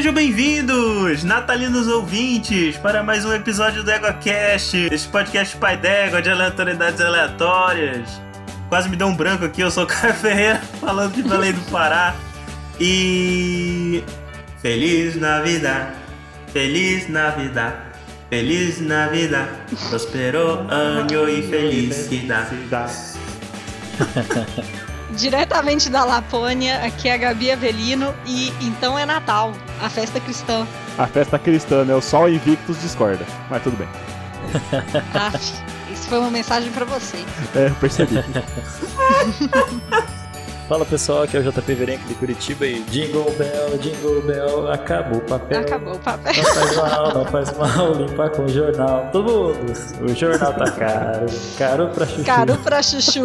Sejam bem-vindos, natalinos ouvintes, para mais um episódio do EgoCast, este podcast pai d'égua de aleatoriedades aleatórias. Quase me deu um branco aqui, eu sou o Caio Ferreira, falando de Belém do Pará. E... Feliz Navidad, Feliz Navidad, Feliz Navidad, prospero ano e felicidade. Diretamente da Lapônia, aqui é a Gabi Avelino e então é Natal, a festa cristã. A festa cristã, né? O Sol Invictus discorda, mas tudo bem. Isso foi uma mensagem pra vocês. É, percebi. Fala pessoal, aqui é o JP Verenco de Curitiba e Jingle Bell, acabou o papel. Acabou o papel. Não faz mal, limpar com o jornal. Todo mundo, o jornal tá caro pra chuchu. Caro pra chuchu.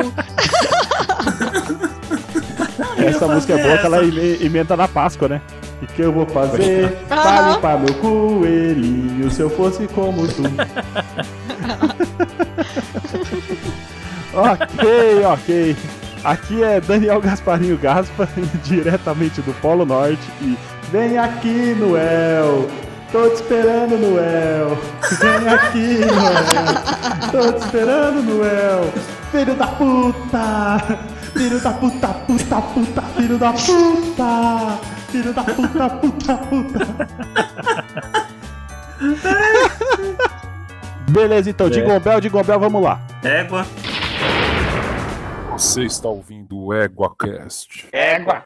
Essa música é boa que ela emenda na Páscoa, né? E que eu vou fazer pra limpar meu coelhinho se eu fosse como tu. Ok. Aqui é Daniel Gasparinho Gaspa, diretamente do Polo Norte. E vem aqui, Noel. Tô te esperando, Noel. Vem aqui, Noel. Tô te esperando, Noel. Filho da puta. Filho da puta. Filho da puta. Filho da puta. Beleza, então. Jingle Bell, vamos lá. Égua. Você está ouvindo o EguaCast. Égua.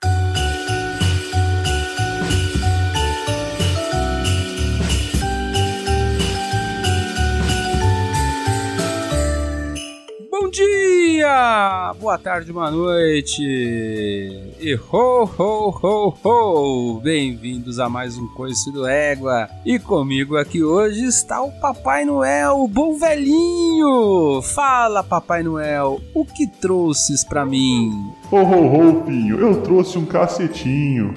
Bom dia, boa tarde, boa noite e ho, ho, ho, ho! Bem-vindos a mais um Coice do Égua. E comigo aqui hoje está o Papai Noel, o bom velhinho. Fala, Papai Noel, o que trouxes pra mim? Filho, eu trouxe um cacetinho.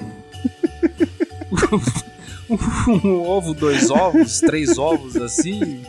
Um ovo, 2 ovos, 3 ovos assim?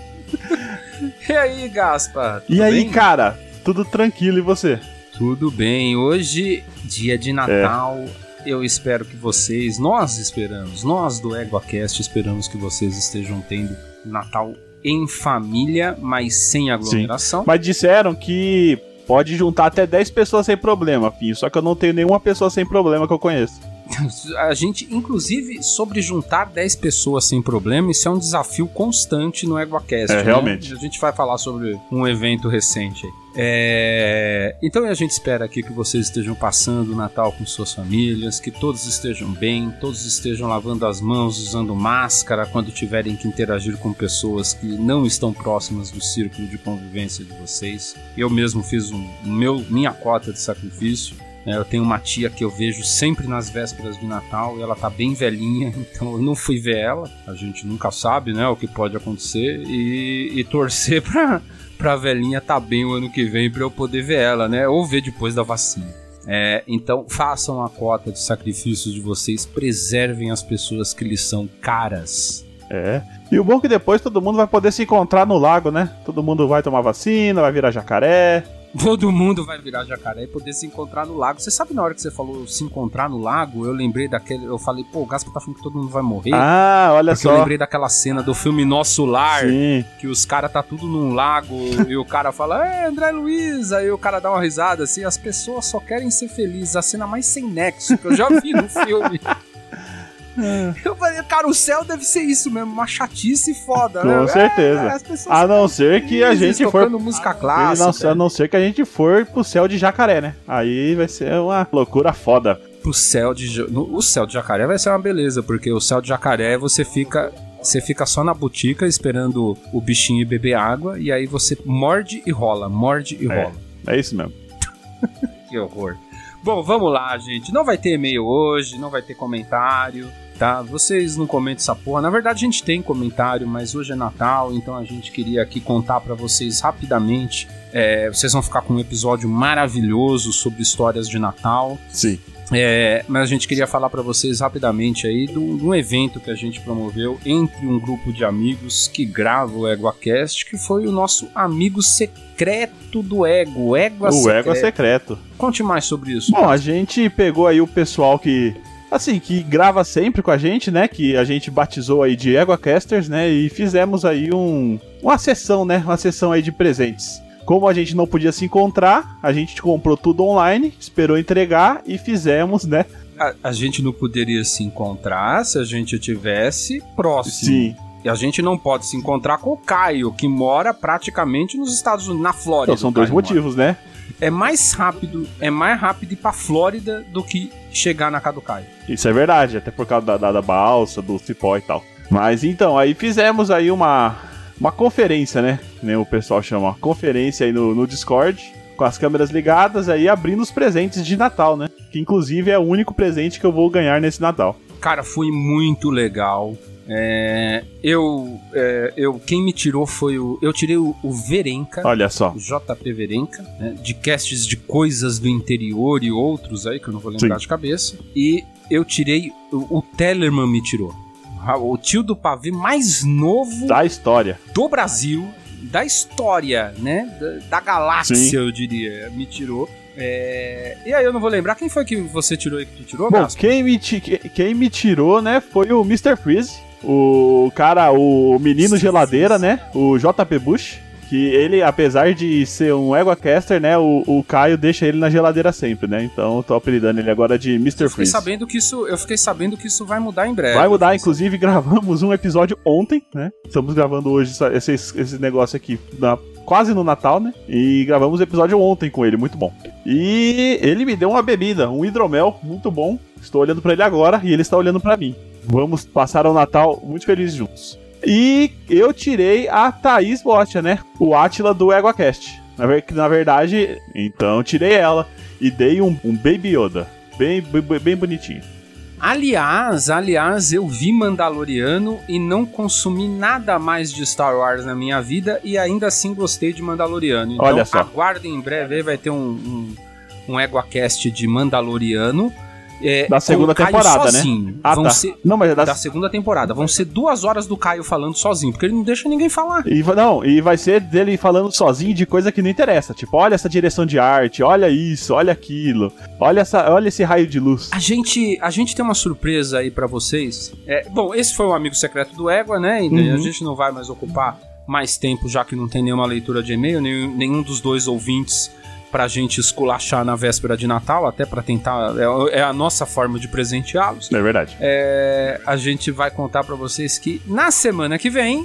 E aí, Gaspa? E aí, bem? cara? Tudo tranquilo, e você? Tudo bem. Hoje, dia de Natal, eu espero que vocês, nós do EguaCast esperamos que vocês estejam tendo Natal em família, mas sem aglomeração. Sim. Mas disseram que pode juntar até 10 pessoas sem problema, filho. Só que eu não tenho nenhuma pessoa sem problema que eu conheço. A gente, inclusive, sobre juntar 10 pessoas sem problema, isso é um desafio constante no EguaCast. Né? Realmente. A gente vai falar sobre um evento recente aí. Então a gente espera aqui que vocês estejam passando o Natal com suas famílias, que todos estejam bem, todos estejam lavando as mãos, usando máscara quando tiverem que interagir com pessoas que não estão próximas do círculo de convivência de vocês. Eu mesmo fiz minha cota de sacrifício. Eu tenho uma tia que eu vejo sempre nas vésperas de Natal e ela tá bem velhinha, então eu não fui ver ela. A gente nunca sabe, né, o que pode acontecer e torcer pra velhinha tá bem o ano que vem pra eu poder ver ela, né, ou ver depois da vacina. Então façam a cota de sacrifícios de vocês, preservem as pessoas que lhes são caras. E o bom é que depois todo mundo vai poder se encontrar no lago, né? Todo mundo vai tomar vacina, vai virar jacaré. Todo mundo vai virar jacaré e poder se encontrar no lago. Você sabe, na hora que você falou se encontrar no lago, eu lembrei daquele... Eu falei, pô, o Gaspar tá falando que todo mundo vai morrer. Olha só. Eu lembrei daquela cena do filme Nosso Lar. Sim. Que os caras tá tudo num lago e o cara fala, André Luiz. Aí o cara dá uma risada assim, as pessoas só querem ser felizes. A cena mais sem nexo que eu já vi no filme. Eu falei, cara, o céu deve ser isso mesmo, uma chatice foda, né? Com certeza. A não ser que a gente for música clássica. A não ser que a gente for pro céu de jacaré, né? Aí vai ser uma loucura foda. O céu de jacaré vai ser uma beleza, porque o céu de jacaré você fica só na botica esperando o bichinho beber água e aí você morde e rola. É isso mesmo. Que horror. Bom, vamos lá, gente. Não vai ter e-mail hoje, não vai ter comentário, tá? Vocês não comentam essa porra. Na verdade, a gente tem comentário, mas hoje é Natal, então a gente queria aqui contar pra vocês rapidamente. Vocês vão ficar com um episódio maravilhoso sobre histórias de Natal. Sim. Mas a gente queria falar pra vocês rapidamente aí de um evento que a gente promoveu entre um grupo de amigos que grava o EguaCast, que foi o nosso amigo secreto do Ego, o Égua Secreto. Égua Secreto. Conte mais sobre isso. Bom, a gente pegou aí o pessoal que assim, que grava sempre com a gente, né? Que a gente batizou aí de EguaCasters, né? E fizemos aí uma sessão, né? Uma sessão aí de presentes. Como a gente não podia se encontrar, a gente comprou tudo online, esperou entregar e fizemos, né? A gente não poderia se encontrar se a gente estivesse próximo. Sim. E a gente não pode se encontrar com o Caio, que mora praticamente nos Estados Unidos, na Flórida. Então, são dois motivos, né? É mais rápido ir pra Flórida do que chegar na casa do Caio. Isso é verdade, até por causa da balsa, do cipó e tal. Mas então, aí fizemos aí uma conferência, né? Nem o pessoal chama, uma conferência aí no Discord, com as câmeras ligadas, aí abrindo os presentes de Natal, né? Que inclusive é o único presente que eu vou ganhar nesse Natal. Cara, foi muito legal. Quem me tirou foi eu tirei o Verenca. Olha só. O JP Verenca, né, de casts de coisas do interior e outros aí que eu não vou lembrar de cabeça. E eu tirei, o Tellerman me tirou. O tio do pavê mais novo da história do Brasil, da história, né? Da galáxia, sim, eu diria, me tirou. E aí eu não vou lembrar quem foi que você tirou e que tu tirou, Bom, Gaspar? quem me tirou, né, foi o Mr. Freeze, o cara, o menino geladeira, né, o JP Bush, que ele, apesar de ser um EguaCaster, né, o Caio deixa ele na geladeira sempre, né, então eu tô apelidando ele agora de Mr. Freeze. Eu fiquei sabendo que isso vai mudar em breve. Vai mudar, inclusive gravamos um episódio ontem, né, estamos gravando hoje esse negócio aqui quase no Natal, né? E gravamos o episódio ontem com ele, muito bom. E ele me deu uma bebida, um hidromel, muito bom. Estou olhando pra ele agora e ele está olhando pra mim. Vamos passar o Natal muito felizes juntos. E eu tirei a Thaís Botia, né? O Átila do EguaCast. Na verdade, então tirei ela e dei um Baby Yoda. Bem bonitinho. Aliás, eu vi Mandaloriano e não consumi nada mais de Star Wars na minha vida e ainda assim gostei de Mandaloriano. Então, olha só, aguardem em breve, aí vai ter um EguaCast de Mandaloriano. Da segunda temporada, sozinho. Né? Vão tá. ser, não, mas da segunda temporada. Vão ser 2 horas do Caio falando sozinho, porque ele não deixa ninguém falar. E vai ser dele falando sozinho de coisa que não interessa. Tipo, olha essa direção de arte, olha isso, olha aquilo, olha esse raio de luz. A gente tem uma surpresa aí pra vocês. Bom, esse foi o Amigo Secreto do Égua, né? E a gente não vai mais ocupar mais tempo, já que não tem nenhuma leitura de e-mail, nenhum dos dois ouvintes pra gente esculachar na véspera de Natal, até pra tentar, é a nossa forma de presenteá-los. É verdade. A gente vai contar pra vocês que na semana que vem,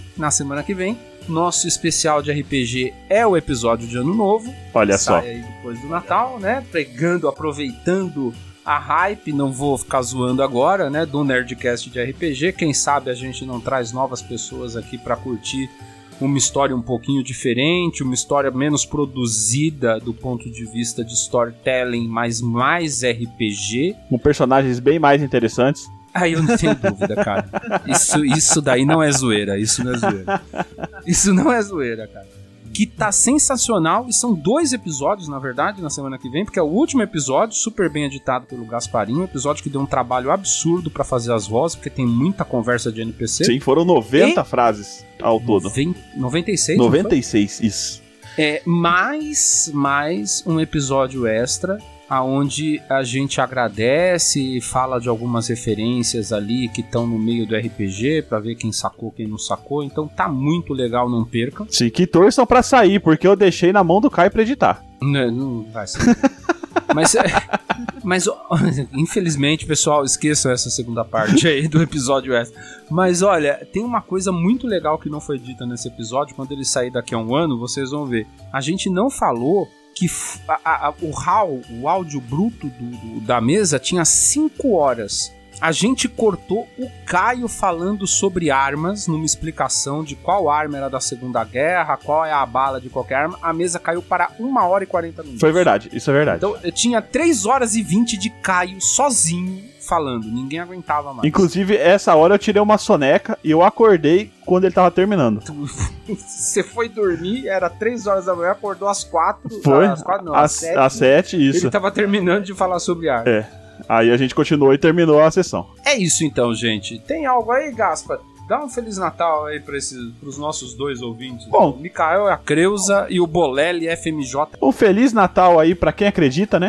nosso especial de RPG é o episódio de Ano Novo. Olha só. Sai aí depois do Natal, né? Aproveitando a hype, não vou ficar zoando agora, né? Do Nerdcast de RPG. Quem sabe a gente não traz novas pessoas aqui pra curtir uma história um pouquinho diferente, uma história menos produzida do ponto de vista de storytelling, mas mais RPG. Com personagens bem mais interessantes. Aí eu não tenho dúvida, cara. Isso daí não é zoeira, isso não é zoeira. Isso não é zoeira, cara. Que tá sensacional, e são 2 episódios, na verdade, na semana que vem, porque é o último episódio, super bem editado pelo Gasparinho, um episódio que deu um trabalho absurdo pra fazer as vozes, porque tem muita conversa de NPC. Sim, foram 90 frases ao todo. 96? 96, isso. Mais um episódio extra, aonde a gente agradece, fala de algumas referências ali que estão no meio do RPG, pra ver quem sacou, quem não sacou. Então tá muito legal, não percam. Sim, que torçam pra sair, porque eu deixei na mão do Caio pra editar. Não vai sair. Mas infelizmente, pessoal, esqueçam essa segunda parte aí do episódio extra. Mas olha, tem uma coisa muito legal que não foi dita nesse episódio. Quando ele sair daqui a um ano, vocês vão ver. A gente não falou que o RAW, o áudio bruto da mesa, tinha 5 horas. A gente cortou o Caio falando sobre armas, numa explicação de qual arma era da Segunda Guerra, qual é a bala de qualquer arma. A mesa caiu para 1 hora e 40 minutos. Foi verdade, isso é verdade. Então eu tinha 3 horas e 20 de Caio sozinho falando, ninguém aguentava mais. Inclusive, essa hora eu tirei uma soneca e eu acordei quando ele tava terminando. Você foi dormir, era 3 horas da manhã, acordou às 4. Foi? Às 4 não, às 7. Às 7, isso. Ele tava terminando de falar sobre arma. Aí a gente continuou e terminou a sessão. É isso então, gente. Tem algo aí, Gaspa? Dá um Feliz Natal aí pros nossos 2 ouvintes. Bom, o Mikael, a Creuza e o Bolelli FMJ. Um Feliz Natal aí pra quem acredita, né?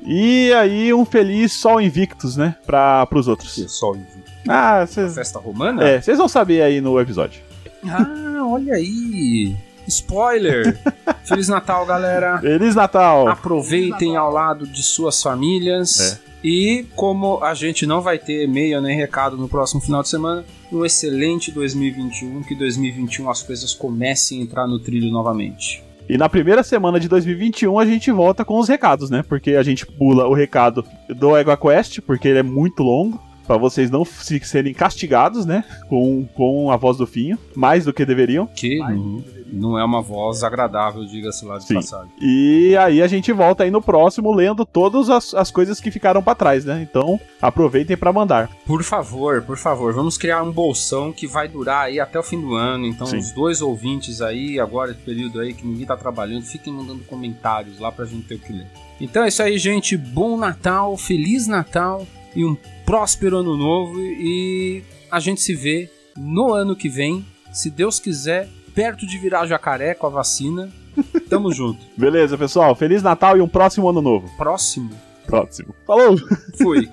E aí, um feliz Sol Invictus, né? Pros outros. Que Sol Invictus? Vocês... Festa romana? Vocês vão saber aí no episódio. Olha aí. Spoiler. Feliz Natal, galera. Feliz Natal. Aproveitem ao lado de suas famílias. E como a gente não vai ter e-mail nem recado no próximo final de semana, um excelente 2021, que 2021 as coisas comecem a entrar no trilho novamente. E na primeira semana de 2021 a gente volta com os recados, né? Porque a gente pula o recado do EgoQuest, porque ele é muito longo, pra vocês não serem castigados, né? Com a voz do Finho, mais do que deveriam. Que não é uma voz agradável, diga-se lá de passagem. E aí a gente volta aí no próximo lendo todas as coisas que ficaram pra trás, né? Então aproveitem pra mandar. Por favor, vamos criar um bolsão que vai durar aí até o fim do ano. Então os 2 ouvintes aí, agora esse período aí que ninguém tá trabalhando, fiquem mandando comentários lá pra gente ter o que ler. Então é isso aí, gente. Bom Natal, Feliz Natal e um próspero ano novo. E a gente se vê no ano que vem, se Deus quiser, perto de virar jacaré com a vacina. Tamo junto. Beleza, pessoal. Feliz Natal e um próximo ano novo. Próximo. Falou! Fui.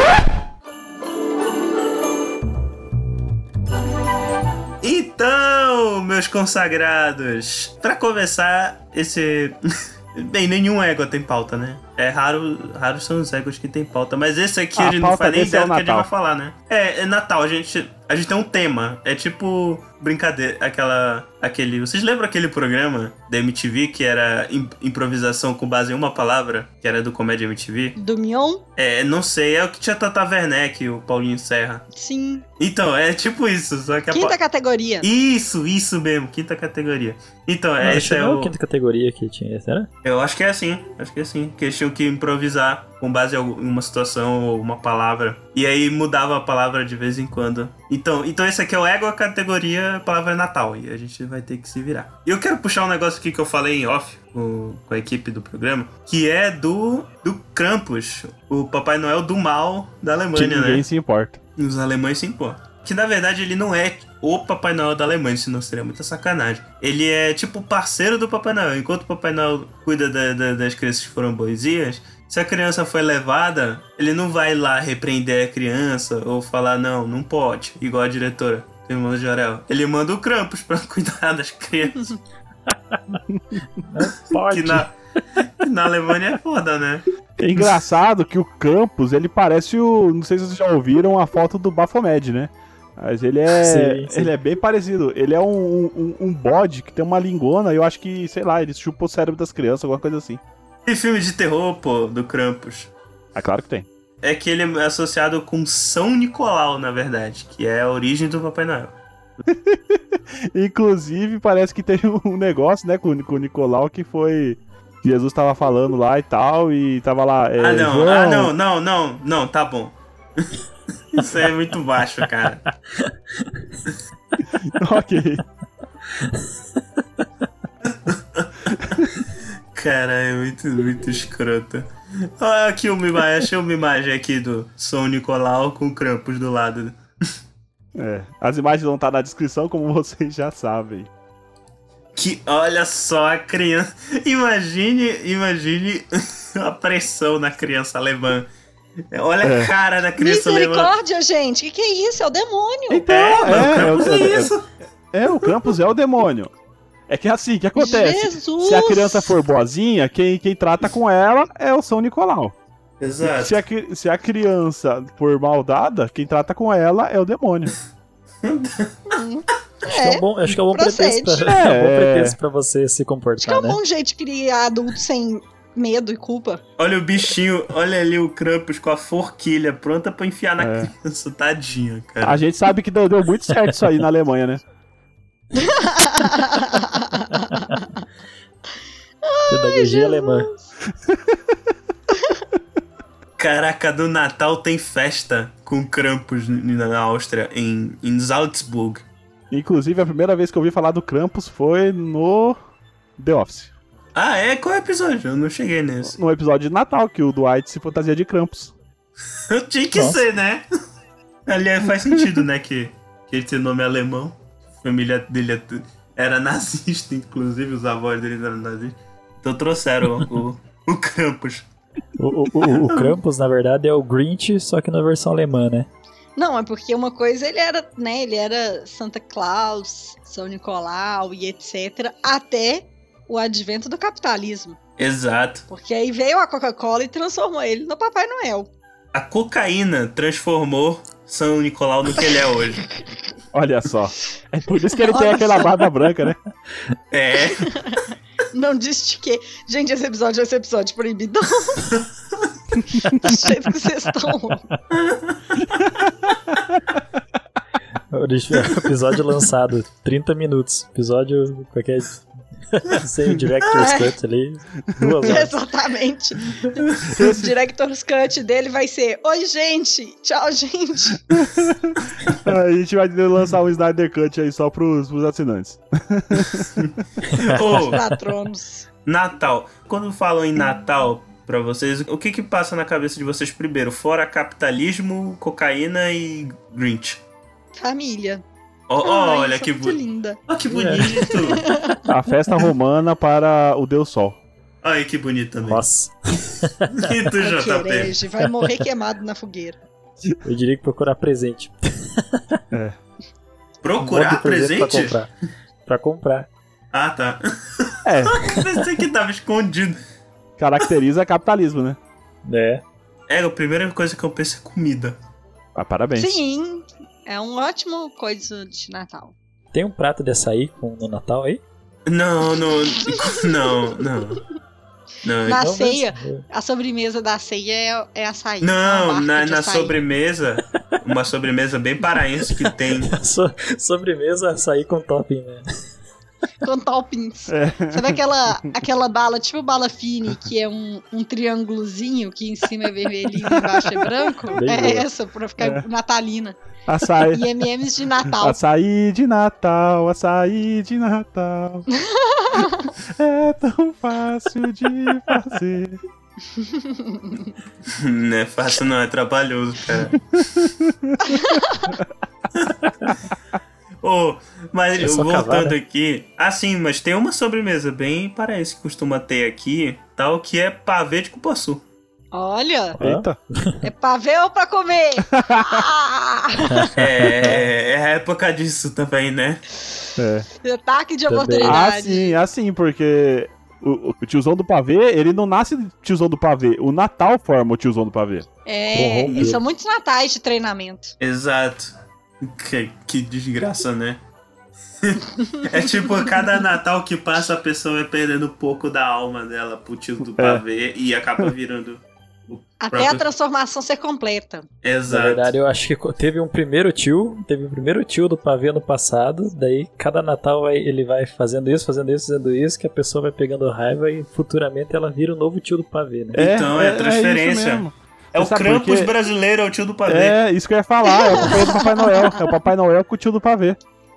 Então, meus consagrados, pra começar esse... Bem, nenhum ego tem pauta, né? Raros são os egos que tem pauta. Mas esse aqui a gente não faz nem ideia do que a gente vai falar, né? É Natal, a gente tem um tema. É tipo brincadeira, vocês lembram aquele programa da MTV que era improvisação com base em uma palavra? Que era do Comédia MTV? Do Mion? Não sei, é o que tinha Tata Werneck e o Paulinho Serra. Sim. Então, é tipo isso, só que Quinta categoria. Isso mesmo, quinta categoria. Então, esse é o... quinta categoria que tinha, será? Eu acho que é assim, que eles tinham que improvisar com base em uma situação ou uma palavra. E aí mudava a palavra de vez em quando. Então esse aqui é o Ego, a categoria palavra Natal. E a gente vai ter que se virar. E eu quero puxar um negócio aqui que eu falei em off com a equipe do programa, que é do Krampus, o Papai Noel do mal da Alemanha, né? Ninguém se importa. Os alemães se importam. Que na verdade ele não é o Papai Noel da Alemanha, senão seria muita sacanagem. Ele é tipo parceiro do Papai Noel. Enquanto o Papai Noel cuida das crianças que foram boizinhas, se a criança foi levada, ele não vai lá repreender a criança ou falar não pode, igual a diretora do Irmão de Jorel. Ele manda o Krampus pra cuidar das crianças. Pode. Que na Alemanha é foda, né? É engraçado que o Krampus, ele parece não sei se vocês já ouviram a foto do Baphomet, né? Mas ele é sim. Ele é bem parecido. Ele é um bode que tem uma lingona e eu acho que, sei lá, ele chupa o cérebro das crianças, alguma coisa assim. Tem filme de terror, pô, do Krampus. Claro que tem. É que ele é associado com São Nicolau, na verdade, que é a origem do Papai Noel. Inclusive, parece que tem um negócio, né, com o Nicolau que foi... Jesus tava falando lá e tal, e tava lá... Não, tá bom. Isso é muito baixo, cara. Ok. Cara, é muito escroto. Olha aqui achei uma imagem aqui do São Nicolau com o Krampus do lado. As imagens vão estar na descrição, como vocês já sabem. Que olha só a criança. Imagine a pressão na criança alemã. Olha a cara da criança alemã. Misericórdia, gente. Que é isso? É o demônio. Então, o Krampus é isso. O Krampus é o demônio. É que assim, o que acontece? Jesus! Se a criança for boazinha, quem trata com ela é o São Nicolau. Exato. Se a criança for maldada, quem trata com ela é o demônio. Acho que é um bom pretexto pra você se comportar, acho que é um bom jeito de criar adulto sem medo e culpa. Olha o bichinho, olha ali o Krampus com a forquilha pronta pra enfiar na criança, tadinha, cara. A gente sabe que deu muito certo isso aí na Alemanha, né? Pedagogia alemã. Caraca, do Natal tem festa com Krampus na Áustria, em Salzburg. Inclusive, a primeira vez que eu ouvi falar do Krampus foi no The Office. Ah, é? Qual episódio? Eu não cheguei nesse. No episódio de Natal, que o Dwight se fantasia de Krampus. Tinha que ser, né? Aliás, faz sentido, né? Que ele tem nome alemão. A família dele era nazista, inclusive os avós dele eram nazistas. Então trouxeram o Krampus. O Krampus, na verdade, é o Grinch, só que na versão alemã, né? Não, é porque uma coisa ele era, né? Ele era Santa Claus, São Nicolau e etc. Até o advento do capitalismo. Exato. Porque aí veio a Coca-Cola e transformou ele no Papai Noel. A cocaína transformou São Nicolau no que ele é hoje. Olha só. É por isso que ele tem Olha aquela só. barba branca, né? É. Não disse que... Gente, esse episódio vai ser episódio proibido. Do jeito que vocês estão. Episódio lançado, 30 minutos. Episódio qualquer... sem o Director's Cut ali, 2 horas. Exatamente. O Director's Cut dele vai ser: oi, gente! Tchau, gente! A gente vai lançar um Snyder Cut aí só pros assinantes. Ô, Patronos. Natal. Quando falam em Natal pra vocês, o que passa na cabeça de vocês primeiro? Fora capitalismo, cocaína e Grinch. Família. Olha Ai, que muito linda. Oh, que bonito. A festa romana para o Deus Sol. Ai, que bonito também. Nossa, E tu, Ai, que JP? herege, vai morrer queimado na fogueira. eu diria que procurar presente. Procurar Um monte de presente? Pra comprar. Ah, tá. É, Pensei que tava escondido. caracteriza capitalismo, né? É, a primeira coisa que eu penso é comida. Ah, parabéns. Sim, é um ótimo coisa de Natal. Tem um prato de açaí no Natal aí? Não. Na Não, ceia, mas- a sobremesa da ceia é açaí. Não, uma barca de na açaí. sobremesa, uma sobremesa bem paraense que tem. Sobremesa, açaí com topping, né? Com toppings. Sabe aquela bala, tipo bala fine, que é um triângulozinho, que em cima é vermelhinho e embaixo é branco? Bem É boa. essa, pra ficar natalina. Açaí. E M&M's de Natal. Açaí de Natal, açaí de Natal. É tão fácil de fazer. Não é fácil, não, é trabalhoso, cara. Mas É só voltando cavar, né? aqui. Ah, sim, mas tem uma sobremesa bem paraense que costuma ter aqui, tal, que é pavê de cupuaçu. Olha, Eita. é pra ver ou pra comer? Ah! É a época disso também, né? Ataque de Também. oportunidade. Assim, porque o tiozão do pavê, ele não nasce tiozão do pavê. O Natal forma o tiozão do pavê. É, Corrompeu. e são muitos natais de treinamento. Exato. Que desgraça, né? É tipo, cada Natal que passa a pessoa vai perdendo um pouco da alma dela pro tio do pavê e acaba virando o Até próprio... a transformação ser completa. Na Exato. verdade, eu acho que teve um primeiro tio do pavê no passado, daí cada Natal ele vai fazendo isso, que a pessoa vai pegando raiva e futuramente ela vira o novo tio do pavê, né? Então, é a transferência. isso mesmo. É o Você sabe Krampus por quê? brasileiro, é o tio do pavê. É, isso que eu ia falar. É o companheiro do Papai Noel. É o Papai Noel com o tio do pavê.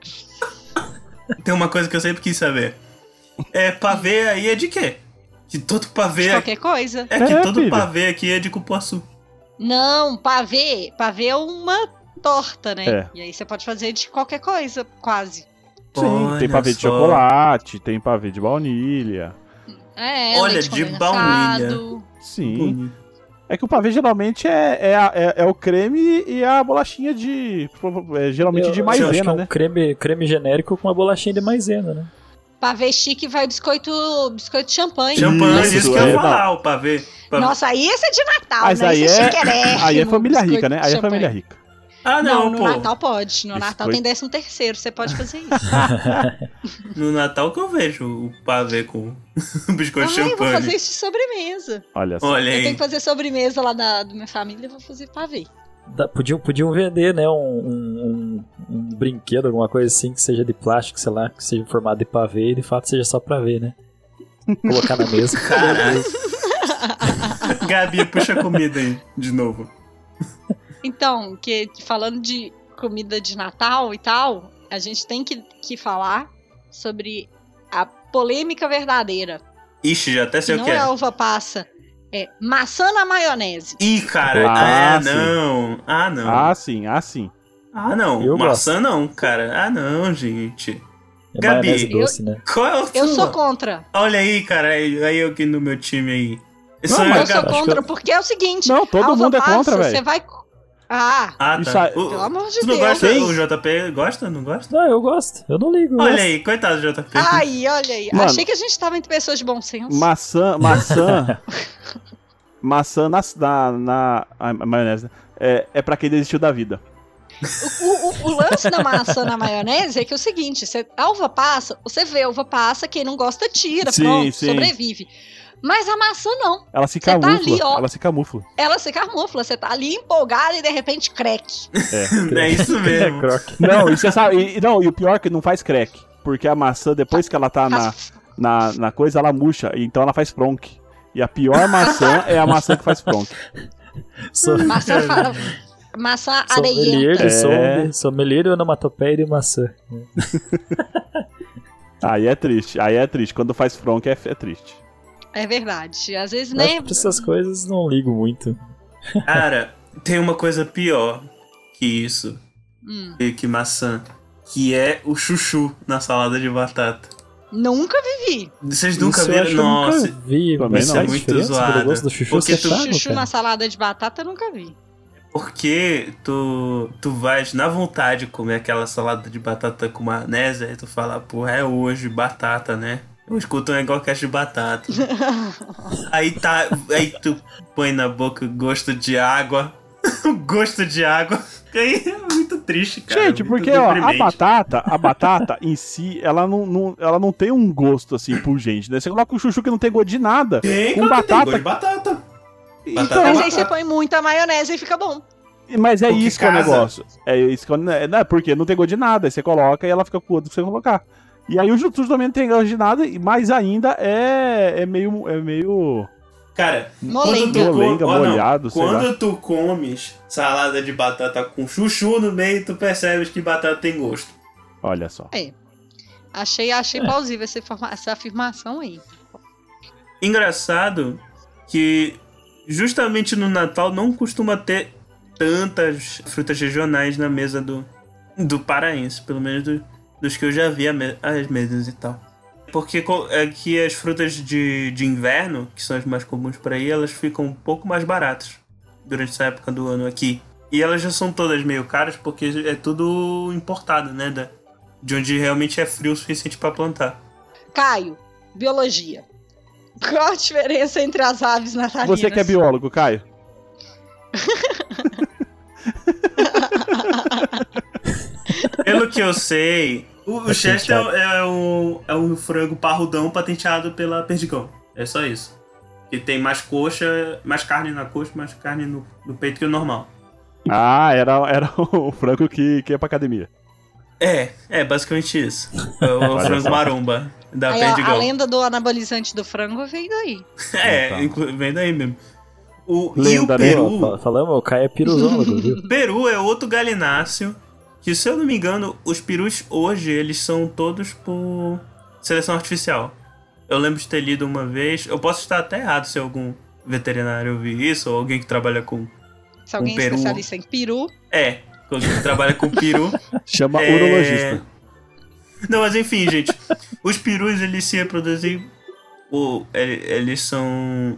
Tem uma coisa que eu sempre quis saber. Pavê aí é de quê? Que todo pavê... De qualquer coisa. É que todo filho. pavê aqui é de cupuaçu. Não, pavê é uma torta, né? É. E aí você pode fazer de qualquer coisa, quase. Sim, Olha tem pavê de só. chocolate, tem pavê de baunilha. É, Olha, leite de condensado. Sim. Bonito. É que o pavê geralmente é o creme e a bolachinha de. Geralmente de Eu acho que é maisena, um né? creme genérico com uma bolachinha de maisena, né? Pavê chique vai biscoito de champanhe. Champanhe, Isso, isso que eu ia é, falar, o pavê. Nossa, aí esse é de Natal, Mas né? aí Esse é- chiquérrimo, Aí é família biscoito rica, né? de Aí é champanhe. família rica. Ah, Não, não, no pô. Natal pode. No Natal Biscoito. tem 13º, você pode fazer isso. No Natal que eu vejo o pavê com biscoito de Ah, eu vou champanhe. fazer isso de sobremesa. Olha só. Olha Eu tenho aí. que fazer sobremesa lá da minha família, eu vou fazer pavê. Podiam vender, né, um brinquedo, alguma coisa assim, que seja de plástico, sei lá, que seja formado de pavê e de fato seja só pra ver, né? Colocar na mesa. Caralho. Gabi, puxa a comida aí, de novo. Então, falando de comida de Natal e tal, a gente tem que falar sobre a polêmica verdadeira. Ixi, já até Que sei o não que é é. uva passa, é maçã na maionese. Ih, cara, Ah, sim. não. Ah, não. Ah, sim. Ah, não. Eu Maçã não, cara. Ah, não, gente. É Gabi, maionese doce, né? Qual é o Eu sua? sou contra. Olha aí, cara. Aí eu aqui no meu time aí. Isso Não, é mas Eu sou jogar- contra, porque é o seguinte... Não, todo a uva mundo é passa, contra, velho. Você vai... Ah, Ah, Isso tá. aí- pelo amor de Tu não Deus. gosta? Quem? O JP gosta? Não gosta? Não, eu gosto. Eu não ligo. eu Olha gosto. aí, coitado do JP. Ai, olha aí. Mano. Achei que a gente tava entre pessoas de bom senso. Maçã a maionese é pra quem desistiu da vida. O lance da maçã na maionese é que é o seguinte, a uva passa, você vê a uva passa, quem não gosta tira, Sim, pronto, sim. sobrevive. Mas a maçã não. Ela se Você tá camufla. ali, ó. Ela se camufla. Ela se camufla, você tá ali empolgado e de repente crack. É isso mesmo. Croque. Não, e você sabe. E o pior é que não faz crack. Porque a maçã, depois que ela tá na coisa, ela murcha. Então ela faz fronk. E a pior maçã é a maçã que faz fronk. Maçã Sommelier areienta. de sommelier de onomatopeia de maçã. Aí é triste. Aí é triste. Quando faz fronk é triste. É verdade. Às vezes Acho nem. que pra essas coisas não ligo muito. Cara, tem uma coisa pior que isso, que maçã, que é o chuchu na salada de batata. Nunca vivi. Vocês nunca Isso eu viram? acho que eu Nossa, nunca vi. Também Mas não. faz É muito diferença zoado. pelo gosto do chuchu Porque ser tu- fraco, Chuchu cara. na salada de batata eu nunca vi. porque tu vais na vontade comer aquela salada de batata com maionese, aí tu fala, porra, é hoje, batata, né? Eu escuto um negócio de batata. aí tu põe na boca gosto de água. Gosto de água. Aí é muito triste, cara. Gente, muito porque ó, deprimente. a batata em si, ela não tem um gosto assim pungente, né? Você coloca um chuchu que não tem gosto de nada. Tem, com claro que tem batata. gosto de batata. Então, Batata Mas é aí você põe muita maionese e fica bom. mas é O que isso que é o casa. negócio. É isso que é, não é porque não tem gosto de nada. Aí você coloca e ela fica com o outro que você colocar. E aí o chuchu também não tem gosto de nada, mas ainda é meio Cara, Molenga. Molenga, molhado, sei lá. quando tu comes salada de batata com chuchu no meio, tu percebes que batata tem gosto. Olha só. Achei plausível essa afirmação aí. Engraçado que justamente no Natal não costuma ter tantas frutas regionais na mesa do paraense, pelo menos dos que eu já vi as mesas e tal. Porque é que as frutas de inverno, que são as mais comuns por aí, elas ficam um pouco mais baratas durante essa época do ano aqui. E elas já são todas meio caras porque é tudo importado, né? De onde realmente é frio o suficiente para plantar. Caio, biologia. Qual a diferença entre as aves natalinas? Você que é biólogo, Caio? Pelo que eu sei, o Chester é um frango parrudão patenteado pela Perdigão. É só isso. Que tem mais coxa, mais carne na coxa, mais carne no peito que o normal. Ah, era o frango que ia pra academia. É basicamente isso. É o frango maromba da Aí, ó, Perdigão. a lenda do anabolizante do frango veio daí. Vem daí mesmo. E o Lenda, né? peru... Ó, falamos, o Caio é piruzólogo, viu? Peru é outro galináceo que, se eu não me engano, os perus hoje, eles são todos por seleção artificial. Eu lembro de ter lido uma vez, eu posso estar até errado se algum veterinário ouvir isso, ou alguém que trabalha com Se alguém é peru. especialista em peru, alguém que trabalha com peru. Chama urologista. Não, mas enfim, gente, os perus, eles se reproduzem, eles são...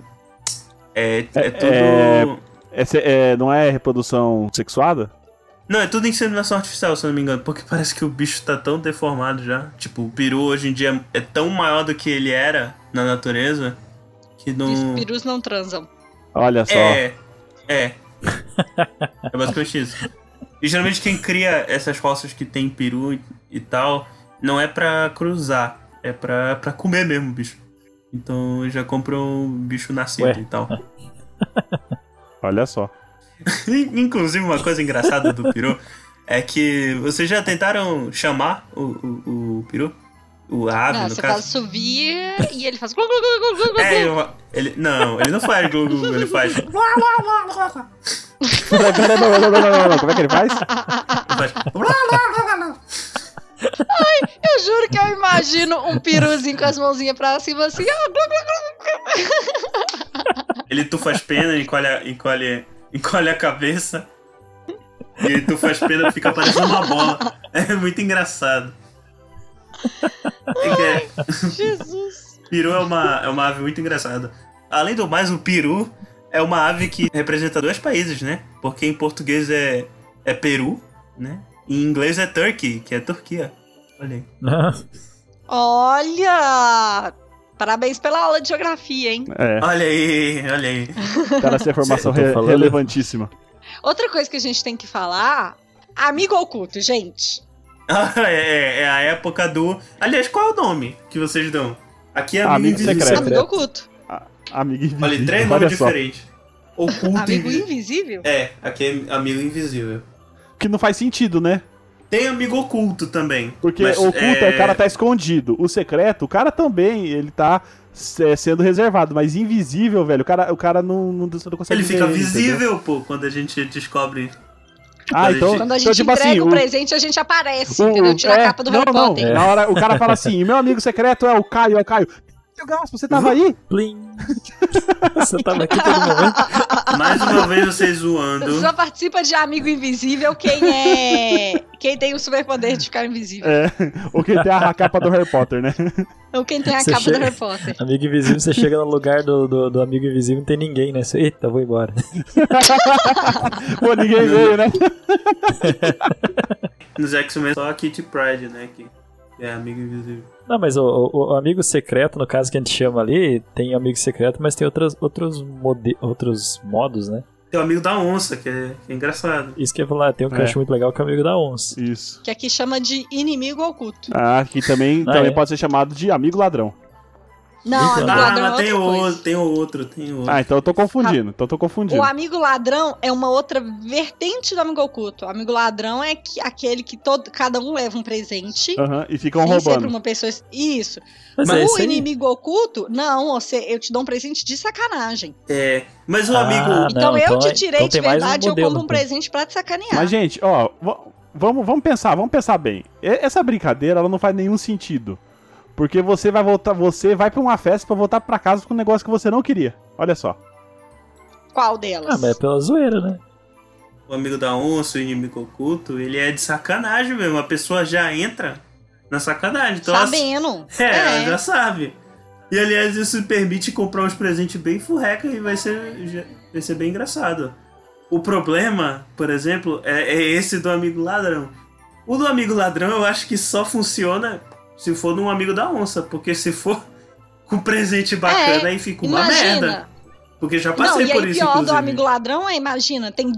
tudo... Não é reprodução sexuada? Não, é tudo inseminação artificial, se eu não me engano, porque parece que o bicho tá tão deformado já. Tipo, o peru hoje em dia é tão maior do que ele era na natureza que não... os perus não transam. Olha só. É basicamente isso. E geralmente quem cria essas roças que tem peru e tal, não é pra cruzar, é pra comer mesmo o bicho. Então já comprou o bicho nascido Ué. e tal. Olha só. Inclusive, uma coisa engraçada do peru é que vocês já tentaram chamar o peru? O ave, Não, no você caso? faz subir e ele faz glu, glu, glu, glu, glu, glu. Ele não faz glu, glu, ele faz... Não. Como é que ele faz? Eu juro que eu imagino um peruzinho com as mãozinhas pra cima assim. Ah, glu, glu, glu. Ele tufa as penas, encolhe a cabeça. E ele tufa as penas, fica parecendo uma bola. É muito engraçado. Jesus. Peru é uma ave muito engraçada. Além do mais, o peru é uma ave que representa 2 países, né? Porque em português é Peru, né? E em inglês é Turkey, que é Turquia. Olha aí. Olha! Parabéns pela aula de geografia, hein? Olha aí. Cara, essa informação relevantíssima. Outra coisa que a gente tem que falar, amigo oculto, gente. É a época do... Aliás, qual é o nome que vocês dão? Aqui é amigo secreto. Amigo oculto. Amigo invisível. Olha, 3 nomes diferentes. Oculto Amigo invisível? Aqui é amigo invisível. Que não faz sentido, né? Tem amigo oculto também. Porque oculto o cara tá escondido. O secreto, o cara também, ele tá sendo reservado. Mas invisível, velho, o cara não consegue ele fica ver, visível, entendeu? pô, quando a gente descobre... Então, quando a gente tipo entrega assim, o presente, a gente aparece, entendeu? Tira a capa do Harry Potter. Na hora o cara fala assim, meu amigo secreto é o Caio, Gaspo, você tava aí? Plim. Você tava aqui todo momento. Mais uma vez vocês zoando. Só participa de Amigo Invisível quem tem o superpoder de ficar invisível. Ou quem tem a capa do Harry Potter, né? Ou quem tem a Você capa chega- do Harry Potter. Amigo invisível, você chega no lugar do amigo invisível, não tem ninguém, né? Você, eita, vou embora. Pô, ninguém veio, né? Nos X-Men só a Kitty Pryde, né? Que é amigo invisível. Não, mas o amigo secreto, no caso que a gente chama ali, tem amigo secreto, mas tem outros modos, né? Tem o amigo da onça, que é engraçado. Isso que eu ia falar, tem um que eu acho muito legal, que é o amigo da onça. Isso. Que aqui chama de inimigo oculto. Que também pode ser chamado de amigo ladrão. Não, amigo ladrão é mas tem outra coisa. tem outro. Então eu tô confundindo. O amigo ladrão é uma outra vertente do amigo oculto. O amigo ladrão é aquele que cada um leva um presente. E ficam Sempre roubando. uma pessoa. Isso. Mas O inimigo oculto, não, eu te dou um presente de sacanagem. Mas o amigo... Então eu te tirei então de tem mais um verdade, eu modelo, compro um então. presente pra te sacanear. Mas, gente, ó, vamos pensar bem. Essa brincadeira, ela não faz nenhum sentido. Porque você vai pra uma festa pra voltar pra casa com um negócio que você não queria. Olha só. Qual delas? Mas é pela zoeira, né? O amigo da onça, o inimigo oculto, ele é de sacanagem mesmo. A pessoa já entra na sacanagem. Então Sabendo. ela já sabe. E aliás, isso permite comprar uns presentes bem furreca e vai ser bem engraçado. O problema, por exemplo, é esse do amigo ladrão. O do amigo ladrão eu acho que só funciona se for num amigo da onça. Porque se for com presente bacana, aí fica uma merda. Porque já passei por isso, pior inclusive. do amigo ladrão imagina, tem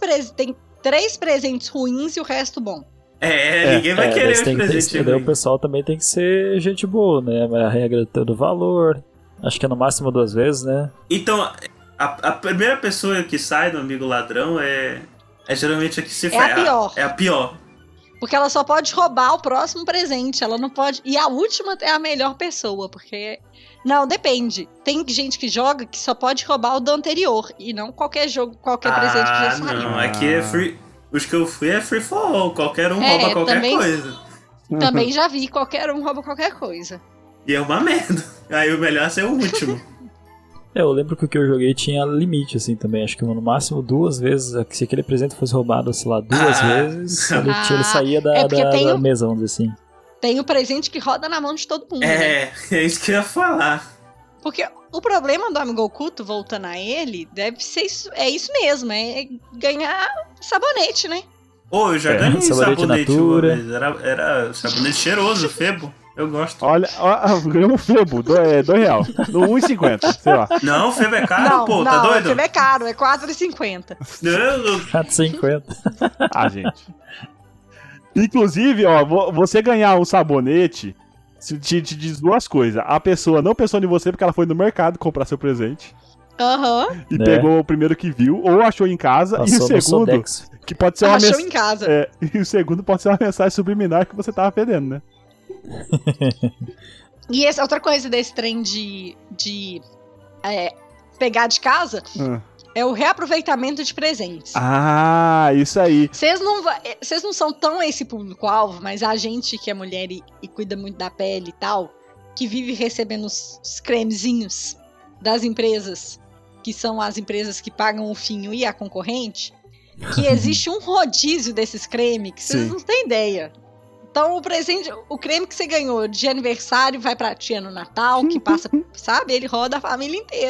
3 presentes ruins e o resto bom. Ninguém vai querer os presentes ruins. O pessoal também tem que ser gente boa, né? A regra do valor. Acho que é no máximo 2 vezes, né? Então, a primeira pessoa que sai do amigo ladrão é geralmente a que se ferra. A pior. É a pior. Porque ela só pode roubar o próximo presente. Ela não pode. E a última é a melhor pessoa, porque. Não, depende. Tem gente que joga que só pode roubar o do anterior. E não qualquer presente que já saiu. Não, aqui é free. Os que eu fui é free for all. Qualquer um rouba qualquer coisa. Também já vi, qualquer um rouba qualquer coisa. E é uma merda. Aí o melhor é ser o último. Eu lembro que o que eu joguei tinha limite, assim, também. Acho que no máximo 2 vezes. Se aquele presente fosse roubado, sei lá, 2 vezes, ele saía da mesa, vamos dizer assim. Tem o presente que roda na mão de todo mundo. É isso que eu ia falar. Porque o problema do amigo oculto, voltando a ele, deve ser isso, é isso mesmo, é ganhar sabonete, né? Eu já ganhei sabonete natura. uma vez. Era sabonete cheiroso, Febo. Eu gosto. Olha, ganhou um Febo, R$2. No 1,50, sei lá. Não, o Febo é caro, tá doido? O Febo é caro, é R$4,50. 4,50. Gente. Inclusive, você ganhar um sabonete te diz 2 coisas. A pessoa não pensou em você porque ela foi no mercado comprar seu presente. E pegou o primeiro que viu, ou achou em casa. Passou e o segundo, que pode ser uma achou em casa. E o segundo pode ser uma mensagem subliminar que você tava perdendo, né? E essa outra coisa desse trem de pegar de casa é o reaproveitamento de presentes. Isso aí. Vocês não são tão esse público-alvo, mas a gente que é mulher e cuida muito da pele e tal, que vive recebendo os cremezinhos das empresas, que são as empresas que pagam o Finho e a concorrente, que existe um rodízio desses cremes que vocês não têm ideia. Então o creme que você ganhou de aniversário vai pra tia no Natal, que passa, sabe? Ele roda a família inteira.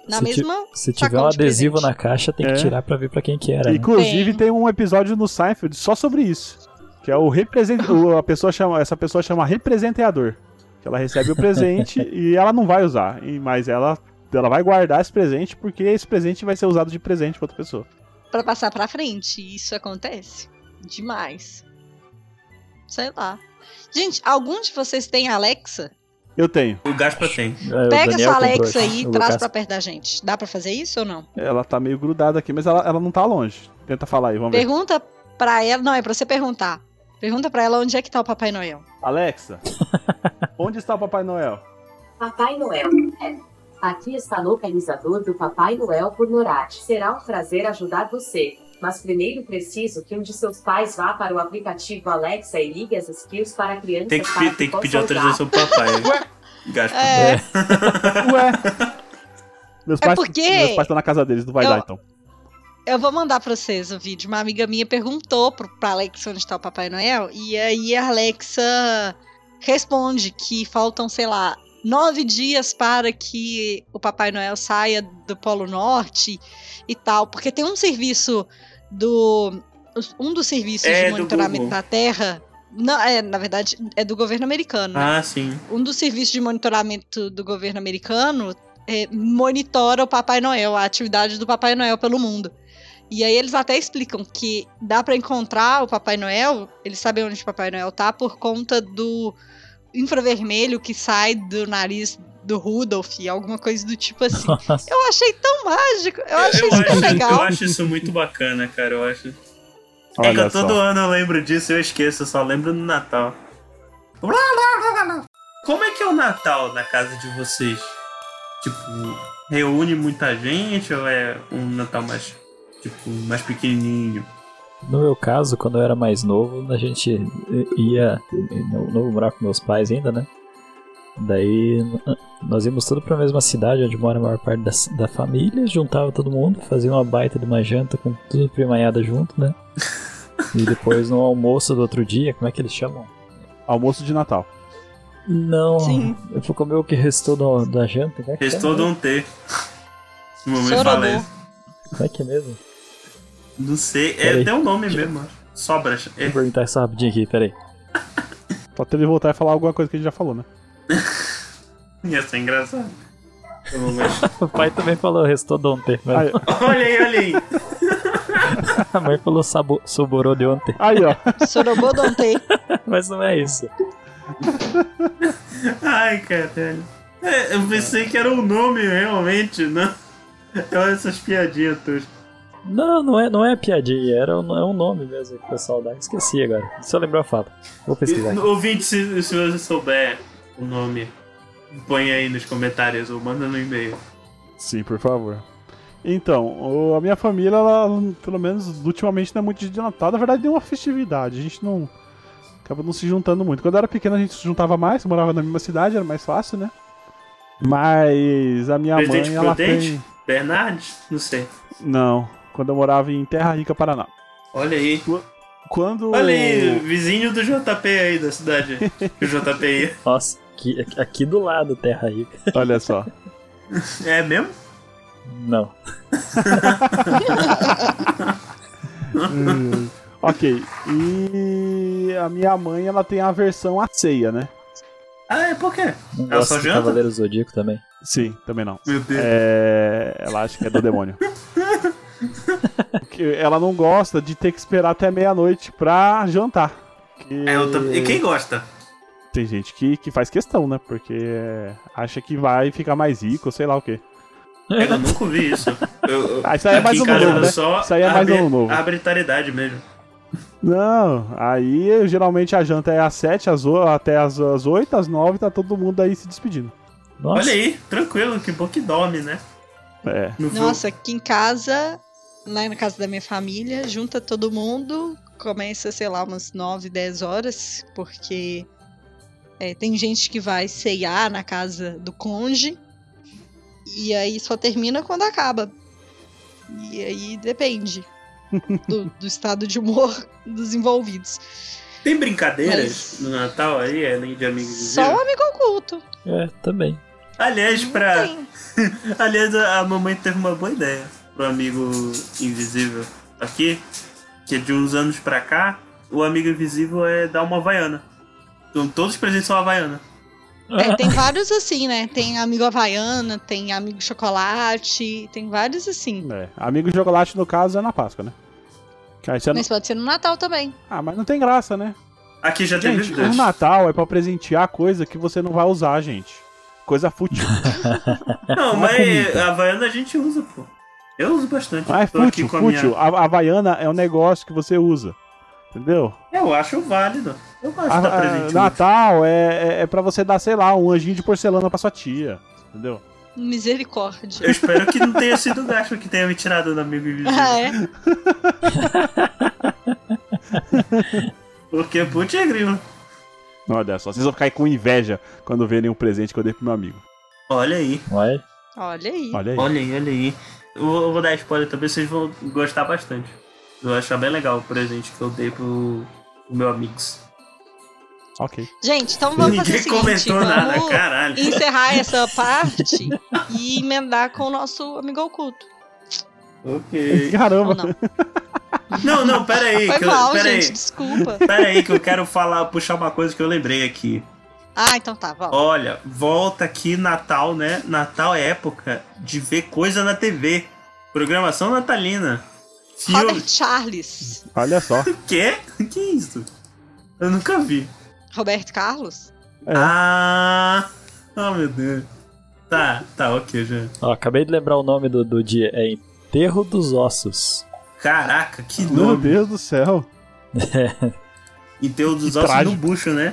Na mesma Se tiver sacola um de adesivo presente. na caixa, tem que tirar pra ver pra quem que era. Né? Inclusive tem um episódio no Seinfeld só sobre isso. Que é o essa pessoa chama representeador. Que ela recebe o presente e ela não vai usar. Mas ela vai guardar esse presente porque esse presente vai ser usado de presente pra outra pessoa. Pra passar pra frente. Isso acontece. Demais. Sei lá. Gente, algum de vocês tem Alexa? Eu tenho. O Gaspa tem. O Pega Daniel sua comprou Alexa aqui, aí e o traz Lucas. pra perto da gente. Dá pra fazer isso ou não? Ela tá meio grudada aqui, mas ela não tá longe. Tenta falar aí, vamos ver. Pergunta pra ela. Não, é pra você perguntar. Pergunta pra ela onde é que tá o Papai Noel. Alexa, onde está o Papai Noel? Papai Noel. Aqui está o localizador do Papai Noel por Norad. Será um prazer ajudar você. Mas primeiro preciso que um de seus pais vá para o aplicativo Alexa e ligue as skills para crianças Tem que, para tem que possam pedir usar. autorização pro papai. Gaspa. Ué. Meus pais estão na casa deles, não vai Eu- dar então. Eu vou mandar pra vocês o vídeo. Uma amiga minha perguntou pra Alexa onde tá o Papai Noel. E aí a Alexa responde que faltam, sei lá, 9 dias para que o Papai Noel saia do Polo Norte e tal. Porque tem um serviço um dos serviços É de do monitoramento Google. da Terra. Não, na verdade, é do governo americano. Né? Ah, sim. Um dos serviços de monitoramento do governo americano monitora o Papai Noel, a atividade do Papai Noel pelo mundo. E aí eles até explicam que dá pra encontrar o Papai Noel, eles sabem onde o Papai Noel tá, por conta do infravermelho que sai do nariz do Rudolph, alguma coisa do tipo assim. Nossa. Eu achei tão mágico, eu achei super eu legal. acho isso muito bacana, cara. Eu acho. É que Olha todo só. ano eu lembro disso e eu esqueço, eu só lembro no Natal. Como é que é o Natal na casa de vocês? Tipo, reúne muita gente ou é um Natal mais, tipo, mais pequenininho? No meu caso, quando eu era mais novo, a gente ia. Não morar com meus pais ainda, né? Daí nós íamos tudo pra mesma cidade onde mora a maior parte da família, juntava todo mundo, fazia uma baita de uma janta com tudo primanhada junto, né? E depois no almoço do outro dia, como é que eles chamam? Almoço de Natal. Não, Sim. eu fui comer o que restou da janta, como é que Restou de chama? um T. No momento Sorobô. fala isso. Como é que é mesmo? Não sei, Peraí. tem um nome mesmo. Sobras. Vou perguntar isso rapidinho aqui, peraí. Só ele voltar e falar alguma coisa que a gente já falou, né? Ia ser engraçado. Eu vou mexer. O pai também falou restodonte, mas Aí, Olha aí, olha aí. a mãe falou soborô de ontem, aí ó. Sorobodonte. mas não é isso. Ai, caralho. Eu pensei que era um nome realmente, não? Olha essas piadinhas toscas. Não é piadinha, é um nome mesmo que o pessoal dá. Esqueci agora. Se eu lembrar, eu falo. Vou pesquisar aqui. Ouvinte, se você souber o nome, põe aí nos comentários ou manda no e-mail. Sim, por favor. Então, a minha família, ela, pelo menos ultimamente, não é muito de Natal. Na verdade, nenhuma festividade. A gente não acaba não se juntando muito. Quando eu era pequeno, a gente se juntava mais, morava na mesma cidade, era mais fácil, né? Mas a minha Presidente mãe, ela Prudente? tem... Bernardes? Não sei. Não, quando eu morava em Terra Rica, Paraná. Olha aí. Quando... Olha aí, vizinho do JP aí da cidade. Que o JP ia. Nossa, aqui do lado, Terra Rica. Olha só. É mesmo? Não. Ok, e a minha mãe, ela tem a versão a ceia, né? Ah, é por quê? Não Ela gosto só de janta? Cavaleiro Zodíaco também. Sim, também não. Meu Deus. Ela acha que é do demônio. Porque ela não gosta de ter que esperar até meia-noite pra jantar. E quem gosta? Tem gente que faz questão, né? Porque acha que vai ficar mais rico, sei lá o quê. Eu nunca ouvi isso. Isso aí é mais aqui em ano casa novo, né? só Isso aí é mais ano novo. A arbitrariedade mesmo. Não, aí geralmente a janta é às 7, até às 8, às 9, tá todo mundo aí se despedindo. Nossa, Olha aí, tranquilo, que bom que dorme, né? É. No Nossa, aqui em casa, lá na casa da minha família, junta todo mundo, começa, sei lá, umas 9, 10 horas, porque tem gente que vai ceiar na casa do cônjuge, e aí só termina quando acaba. E aí depende do estado de humor dos envolvidos. Tem brincadeiras no Natal aí, além de amigos de Só o amigo oculto. também. Aliás, Não pra... tem. Aliás, a mamãe teve uma boa ideia pro amigo invisível aqui, que de uns anos pra cá, o amigo invisível é dar uma havaiana. Então todos os presentes são havaiana. Tem vários assim, né? Tem amigo Havaiana, tem amigo chocolate, tem vários assim. Amigo chocolate, no caso, é na Páscoa, né? Aí você Mas pode ser no Natal também. Ah, mas não tem graça, né? Aqui já teve Gente, dois. o Natal é pra presentear coisa que você não vai usar, gente. Coisa fútil. Não, Não é mas comida. a havaiana a gente usa, pô. Eu uso bastante. Ah, é Tô aqui fútil, com a fútil. minha... A Havaiana é um negócio que você usa. Entendeu? Eu acho válido. Eu gosto de dar presente. Natal é pra você dar, sei lá, um anjinho de porcelana pra sua tia. Entendeu? Misericórdia. Eu espero que não tenha sido o Gacho que tenha me tirado do amigo invisível. Ah, é? Porque, putz, é grilo. Olha só, vocês vão ficar com inveja quando verem um presente que eu dei pro meu amigo. Olha aí. Vai. Olha aí. Olha aí. Olha aí, olha aí. Eu vou dar spoiler também, vocês vão gostar bastante. Eu vou achar bem legal o presente que eu dei pro meu amigos. Ok. Gente, então vamos fazer o Ninguém seguinte. comentou nada, Vamos caralho. encerrar essa parte e emendar com o nosso amigo oculto. Ok. Caramba. Ou não? Não, pera aí. Foi que mal, pera gente, aí. desculpa. Pera aí que eu quero puxar uma coisa que eu lembrei aqui. Ah, então tá, vamos. Olha, volta aqui Natal, né? Natal é época de ver coisa na TV. Programação natalina. Robert Charles. Olha só. Quê? Que isso? Eu nunca vi. Roberto Carlos? É. Ah, oh meu Deus. Tá, ok, já. Ó, acabei de lembrar o nome do dia. É Enterro dos Ossos. Caraca, que Meu nome. Deus do céu. Enterro dos Que ossos trágico. no bucho, né?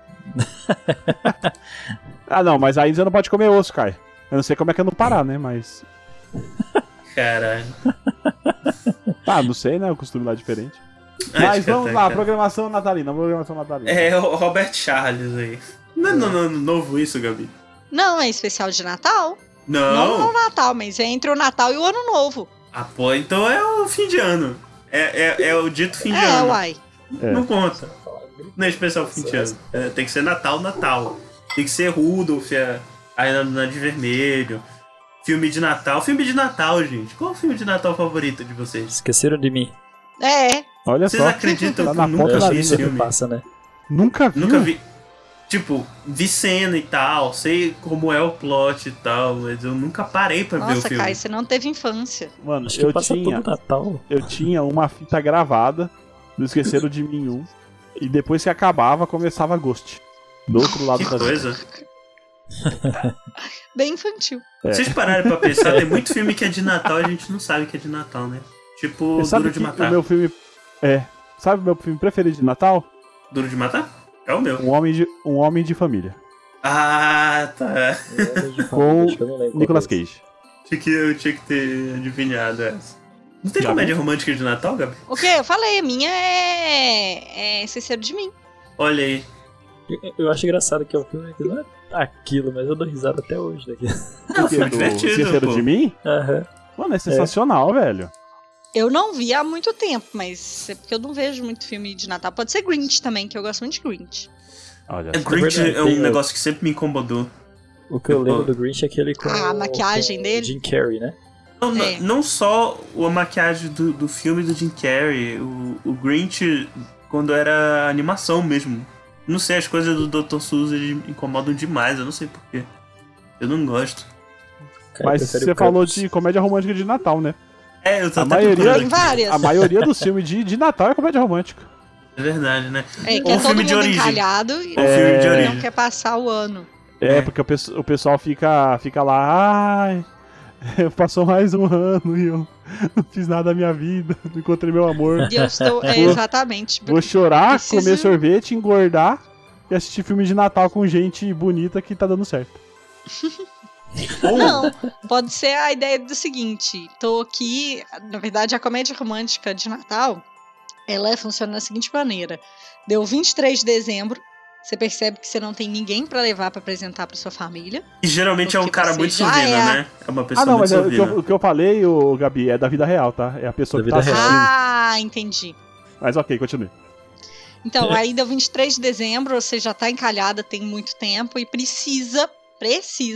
Ah, não, mas aí você não pode comer osso, Kai. Eu não sei como é que é no Pará, né? Mas. Caralho. Ah, não sei, né? O costume lá é diferente. Ah, Mas de vamos catar, lá, cara. programação natalina. É o Robert Charles aí. Não é no ano novo isso, Gabi? Não, é especial de Natal. Não Não. no Natal, mas é entre o Natal e o Ano Novo. Ah, pô, então é o fim de ano. É o dito fim de É, ano. uai. É. Não conta. Não é especial fim de ano. É, tem que ser Natal. Tem que ser Rudolph, a Ana de Vermelho. Filme de Natal, gente. Qual é o filme de Natal favorito de vocês? Esqueceram de mim. É. Olha Vocês só. acreditam Tá que na eu ponta nunca da vi língua. esse Sempre filme? passa, né? Nunca viu? Nunca vi. Tipo, vi cena e tal, sei como é o plot e tal, mas eu nunca parei pra ver o Nossa, filme. Kai, você não teve infância. Mano, Acho que passa tinha, todo Natal. eu tinha uma fita gravada do Esqueceram de Mim 1. E depois que acabava, começava Ghost. Do outro lado Que da coisa. Bem infantil. Vocês pararem pra pensar, tem muito filme que é de Natal e a gente não sabe que é de Natal, né? Tipo, Você sabe Duro de que Matar. o meu filme. Sabe o meu filme preferido de Natal? Duro de Matar? É o meu. Um Homem de Família. Ah, tá. Com Acho que eu não lembro Nicolas qual foi. Cage. Eu tinha que ter adivinhado essa. Não tem Já comédia romântica de Natal, Gabi? O quê? Eu falei, a minha é Esqueceram de Mim. Olha aí. Eu acho engraçado que é um filme que não é aquilo, mas eu dou risada até hoje daqui. É um filme Do divertido, Esqueceram pô. de Mim? Aham. Mano, é sensacional, velho. Eu não vi há muito tempo, mas é porque eu não vejo muito filme de Natal. Pode ser Grinch também, que eu gosto muito de Grinch. Olha É, só. Grinch verdade, é um tem o- negócio que sempre me incomodou. O que eu lembro do Grinch é aquele com A maquiagem com dele? Jim Carrey, né? Não, É. não só a maquiagem do filme do Jim Carrey, o Grinch quando era animação mesmo. Não sei, as coisas do Dr. Seuss me incomodam demais, eu não sei porquê. Eu não gosto. Cara, Mas prefere você o falou Krampus. de comédia romântica de Natal, né? É, eu tô A até maioria- procurando Tem aqui. várias. A maioria dos filmes de Natal é comédia romântica. É verdade, né? É, que Ou é todo filme de mundo origem. encalhado e Ou filme de origem. não quer passar o ano. É, É. porque o pessoal fica lá, ai, passou mais um ano e eu não fiz nada da minha vida, não encontrei meu amor. E eu estou. exatamente. Vou chorar, Preciso- comer sorvete, engordar e assistir filme de Natal com gente bonita que tá dando certo. Não, pode ser a ideia do seguinte: tô aqui. Na verdade, a comédia romântica de Natal ela funciona da seguinte maneira: deu 23 de dezembro, você percebe que você não tem ninguém pra levar pra apresentar pra sua família. E geralmente é um Porque cara você muito já sovina, é- né? É uma pessoa Ah, não, muito mas sovina. o que eu falei, Gabi, é da vida real, tá? É a pessoa Da que tá vida real. assistindo. Ah, entendi. Mas ok, continue. Então, aí deu 23 de dezembro, você já tá encalhada tem muito tempo e precisa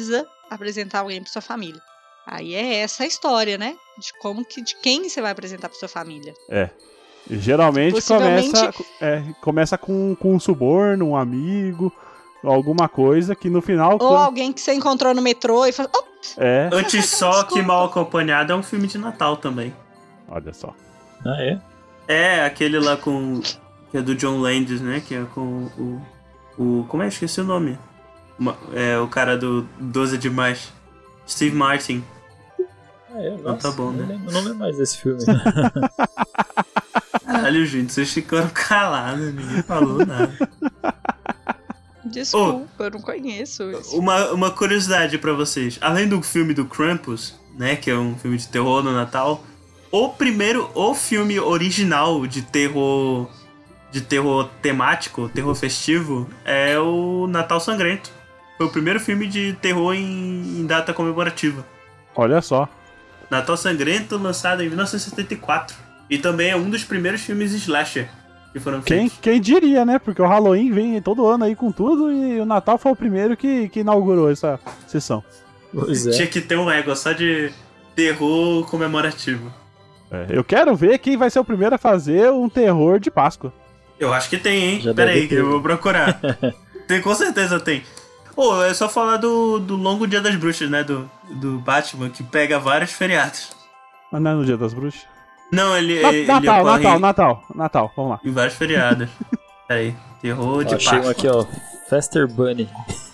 apresentar alguém pra sua família. Aí é essa a história, né? De quem você vai apresentar pra sua família. E geralmente Possivelmente- começa com um suborno, um amigo, alguma coisa que no final... Ou alguém que você encontrou no metrô e fala, Antes só que Desculpa. Mal Acompanhado é um filme de Natal também. Olha só. Ah, é? É, aquele lá com... que é do John Landis, né? Que é com o como é? Esqueci o nome. O cara do 12 Demais. Steve Martin. Ah, é? Nossa, tá bom, né? Eu não lembro mais desse filme. Caralho, gente, vocês ficaram calados, ninguém falou nada. desculpa, eu não conheço isso. Uma curiosidade pra vocês. Além do filme do Krampus, né? Que é um filme de terror no Natal. O filme original de terror temático, terror festivo, é o Natal Sangrento. Foi o primeiro filme de terror em data comemorativa. Olha só. Natal Sangrento, lançado em 1974. E também é um dos primeiros filmes slasher que foram feitos. Quem diria, né? Porque o Halloween vem todo ano aí com tudo e o Natal foi o primeiro que inaugurou essa sessão. Pois é. Tinha que ter um ego só de terror comemorativo. Eu quero ver quem vai ser o primeiro a fazer um terror de Páscoa. Eu acho que tem, hein? Já Pera deve aí, ter. eu vou procurar. Tem, com certeza tem. É só falar do Longo Dia das Bruxas, né? Do Batman, que pega vários feriados. Mas não é no Dia das Bruxas? Não, ele Natal, vamos lá. em vários feriados. Pera aí, terror de Achei um Páscoa. aqui, ó. Faster Bunny.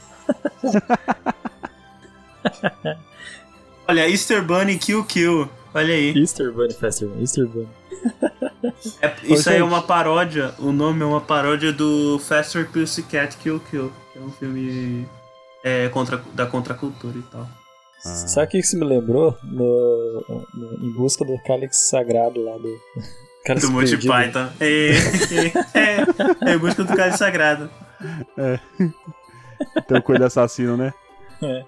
Olha, Easter Bunny Kill. Olha aí. Easter Bunny, Faster Bunny. Easter Bunny. Isso aí é gente. uma paródia. O nome é uma paródia do Faster Pussycat Kill. Que é um filme da contracultura e tal. Sabe o que isso me lembrou? Em busca do cálice sagrado lá do... Do Monty Python. Em busca do cálice sagrado. Tem o coelho assassino, né? É.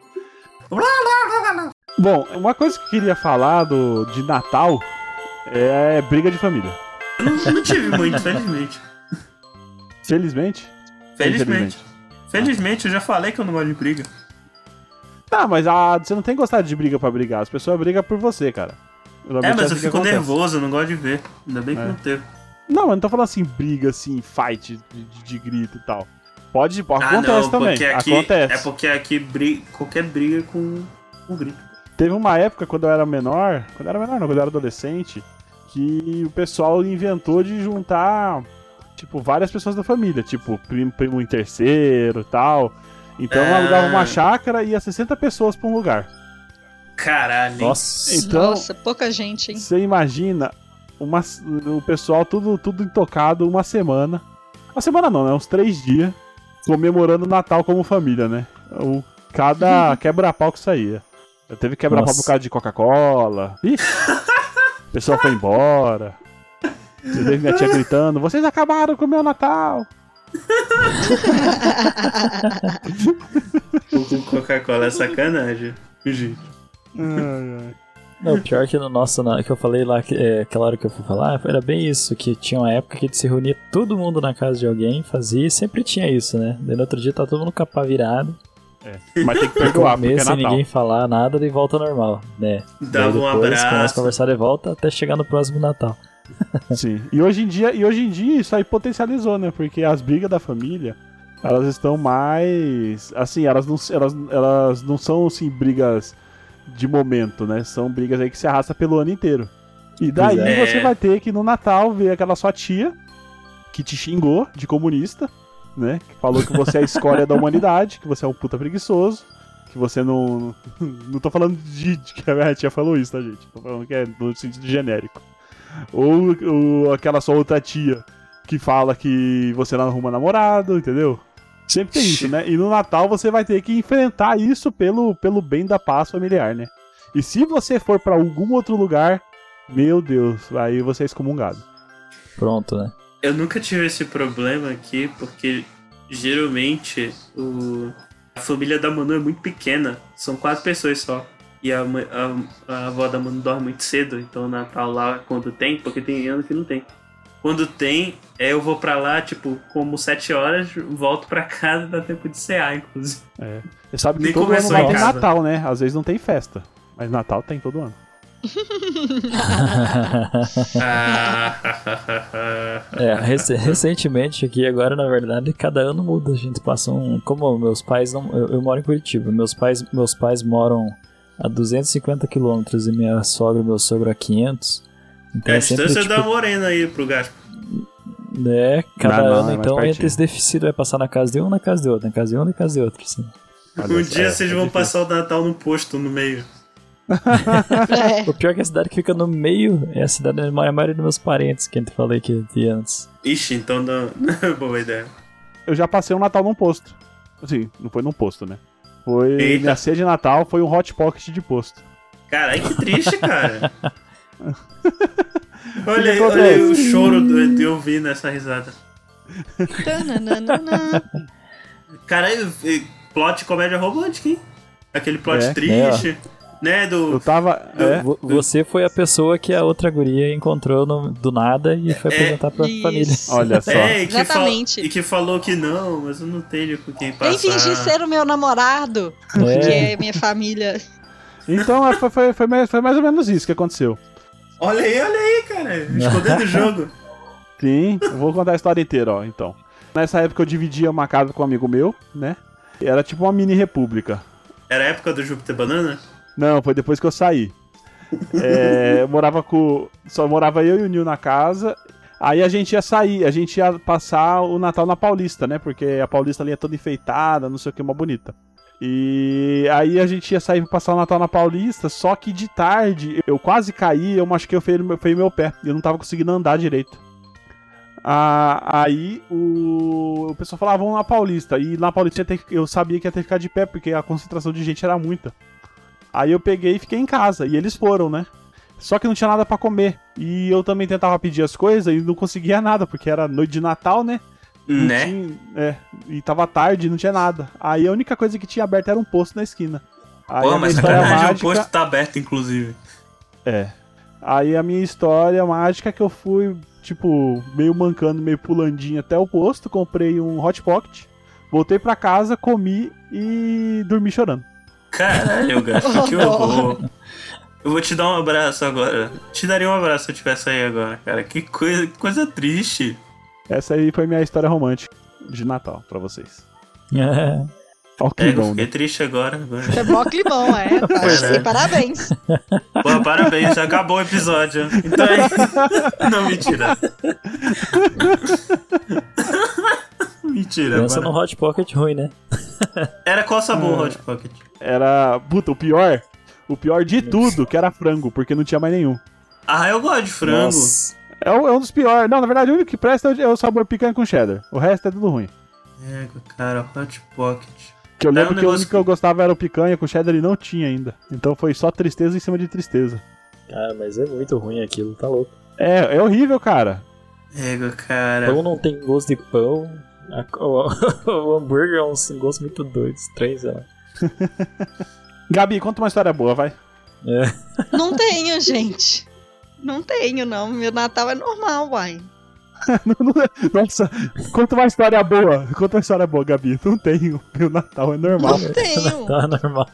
Bom, uma coisa que eu queria falar de Natal é briga de família. Eu não tive muito, felizmente. Felizmente? Felizmente, eu já falei que eu não gosto de briga. Tá, mas você não tem gostado de briga pra brigar. As pessoas brigam por você, cara. Geralmente Mas assim eu que fico acontece. nervoso, eu não gosto de ver. Ainda bem que não teve. Não, eu não tô falando assim, briga, assim, fight, de grito e tal. Acontece também, acontece. É porque aqui qualquer briga com grito. Teve uma época, quando eu era menor, quando eu era adolescente, que o pessoal inventou de juntar, tipo, várias pessoas da família, tipo, primo em terceiro e tal. Então alugava uma chácara e ia 60 pessoas pra um lugar. Caralho. Nossa. Então, Nossa, pouca gente, hein? você imagina o pessoal tudo intocado uma semana. Uma semana não, né? Uns 3 dias comemorando o Natal como família, né? Cada quebra-pau que saía. Eu teve quebra-pau Nossa. por causa de Coca-Cola. Ixi, o pessoal foi embora. Você teve minha tia gritando: vocês acabaram com o meu Natal. Com Coca-Cola é sacanagem. Gente. Não, pior que no nosso, que eu falei lá, aquela hora que eu fui falar, era bem isso, que tinha uma época que se reunia todo mundo na casa de alguém, fazia, e sempre tinha isso, né? Daí no outro dia tá todo mundo com a pá virado, Mas tem que perdoar, porque é comer sem Natal. ninguém falar nada, daí volta ao normal, né? Dava Daí um depois abraço. começa a conversar de volta até chegar no próximo Natal. Sim. E hoje em dia isso aí potencializou, né? Porque as brigas da família, elas estão mais... Assim, elas não são, assim, brigas de momento, né? São brigas aí que se arrastam pelo ano inteiro. E daí Pois é. você vai ter que no Natal ver aquela sua tia que te xingou de comunista, né? Que falou que você é a escória da humanidade, que você é um puta preguiçoso, que você não... Não tô falando de que a minha tia falou isso, tá, gente? Tô falando que é no sentido genérico. Ou aquela sua outra tia que fala que você não arruma namorado, entendeu? Sempre tem isso, né? E no Natal você vai ter que enfrentar isso pelo bem da paz familiar, né? E se você for pra algum outro lugar, meu Deus, aí você é excomungado. Pronto, né? Eu nunca tive esse problema aqui, porque geralmente a família da Manu é muito pequena. São 4 pessoas só. E a avó da Manu dorme muito cedo, então o Natal lá quando tem, porque tem ano que não tem. Quando tem, eu vou pra lá, tipo, como 7 horas, volto pra casa, dá tempo de cear, inclusive. Você sabe que Nem todo ano começou vai em ter casa. Natal, né? Às vezes não tem festa. Mas Natal tem todo ano. Recentemente aqui, agora na verdade, cada ano muda. A gente passa Como meus pais não. Eu moro em Curitiba. Meus pais moram a 250 quilômetros e minha sogra e meu sogro a 500. Então É a sempre, distância tipo, da morena aí pro Gaspa. cada Não, ano, é mais então, pertinho. entre esse deficido vai passar na casa de um, na casa de outro, na casa de um, na casa de outro, assim. Um dia vocês vão difícil. passar o Natal no posto, no meio. É. O pior é que a cidade que fica no meio é a cidade da maioria dos meus parentes, que a gente falei que tinha antes. Ixi, então não é boa ideia. Eu já passei um Natal num posto. Assim, não foi num posto, né? Foi Eita. minha ceia de Natal, foi um Hot Pocket de posto. Caralho, que triste, cara. Olha aí acontece? o choro de eu ouvir nessa risada. Tananana. Caralho, plot comédia romântica, hein? Aquele plot É. triste, né? Eu tava... Você foi a pessoa que a outra guria encontrou do nada e foi apresentar pra Isso. família. Olha só. E que, Exatamente. e que falou que não, mas eu não tenho com quem passar. Nem fingi ser o meu namorado, porque é minha família. Então foi mais ou menos isso que aconteceu. Olha aí, cara. Escondendo o jogo. Sim, eu vou contar a história inteira, ó, então. Nessa época eu dividia uma casa com um amigo meu, né? Era tipo uma mini república. Era a época do Júpiter Banana? Não, foi depois que eu saí. Só morava eu e o Nil na casa. Aí a gente ia sair, a gente ia passar o Natal na Paulista, né? Porque a Paulista ali é toda enfeitada, não sei o que, uma bonita. E aí a gente ia sair pra passar o Natal na Paulista, só que de tarde eu quase caí, eu machuquei o meu pé. Eu não tava conseguindo andar direito. Aí o pessoal falava, vamos na Paulista. E na Paulista eu sabia que ia ter que ficar de pé, porque a concentração de gente era muita. Aí eu peguei e fiquei em casa, e eles foram, né? Só que não tinha nada pra comer. E eu também tentava pedir as coisas e não conseguia nada, porque era noite de Natal, né? Né? E tava tarde e não tinha nada. Aí a única coisa que tinha aberto era um posto na esquina. Aí Pô, a minha mas história sacanagem, mágica... o posto tá aberto, inclusive. Aí a minha história mágica é que eu fui, tipo, meio mancando, meio pulandinho até o posto, comprei um Hot Pocket, voltei pra casa, comi e dormi chorando. Caralho, Gaspa, que horror. Eu vou te dar um abraço agora. Te daria um abraço se eu tivesse aí agora, cara. Que coisa triste. Essa aí foi minha história romântica de Natal pra vocês. Olha o Eu climão, fiquei né? triste agora. É mó climão, Caralho. Parabéns. Pô, parabéns, acabou o episódio. Então é... Não, mentira. Mentira, Pensa mano. no Hot Pocket ruim, né? Era qual sabor o Hot Pocket? Era... Puta, o pior de tudo, que era frango, porque não tinha mais nenhum. Ah, eu gosto de frango. Nossa. É um dos piores. Não, na verdade, o único que presta é o sabor picanha com cheddar. O resto é tudo ruim. Cara, Hot Pocket. Que eu lembro um que o negócio único que eu gostava era o picanha com cheddar e não tinha ainda. Então foi só tristeza em cima de tristeza. Cara, mas é muito ruim aquilo, tá louco. É horrível, cara. Cara. Pão não tem gosto de pão. O hambúrguer é um gosto muito doido, estranho, sei lá. Gabi, conta uma história boa, vai. Não tenho, gente. Não tenho, não. Meu Natal é normal, uai. Nossa, conta uma história boa. Conta uma história boa, Gabi. Não tenho. Meu Natal é normal. Não tenho. Tá normal.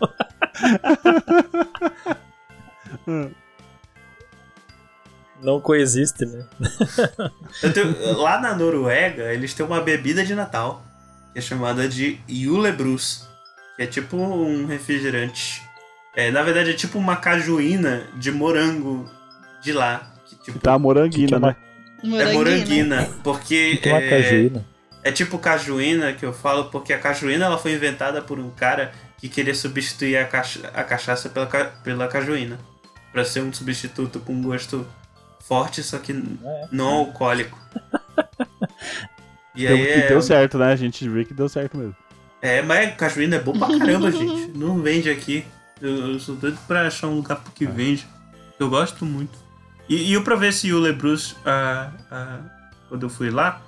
Não coexiste, né? Lá na Noruega, eles têm uma bebida de Natal que é chamada de Julebrus, que é tipo um refrigerante. Na verdade, é tipo uma cajuína de morango de lá. Que, tipo, Tá, moranguina, né? é moranguina, porque Tem uma cajuína. é tipo cajuína que eu falo, porque a cajuína ela foi inventada por um cara que queria substituir a cachaça pela cajuína, pra ser um substituto com gosto forte, só que não alcoólico. E aí deu certo, né? A gente vê que deu certo mesmo. Mas cajuína é bom pra caramba, gente. Não vende aqui. Eu sou doido pra achar um lugar que vende. Eu gosto muito. E eu provei esse Julebrus quando eu fui lá.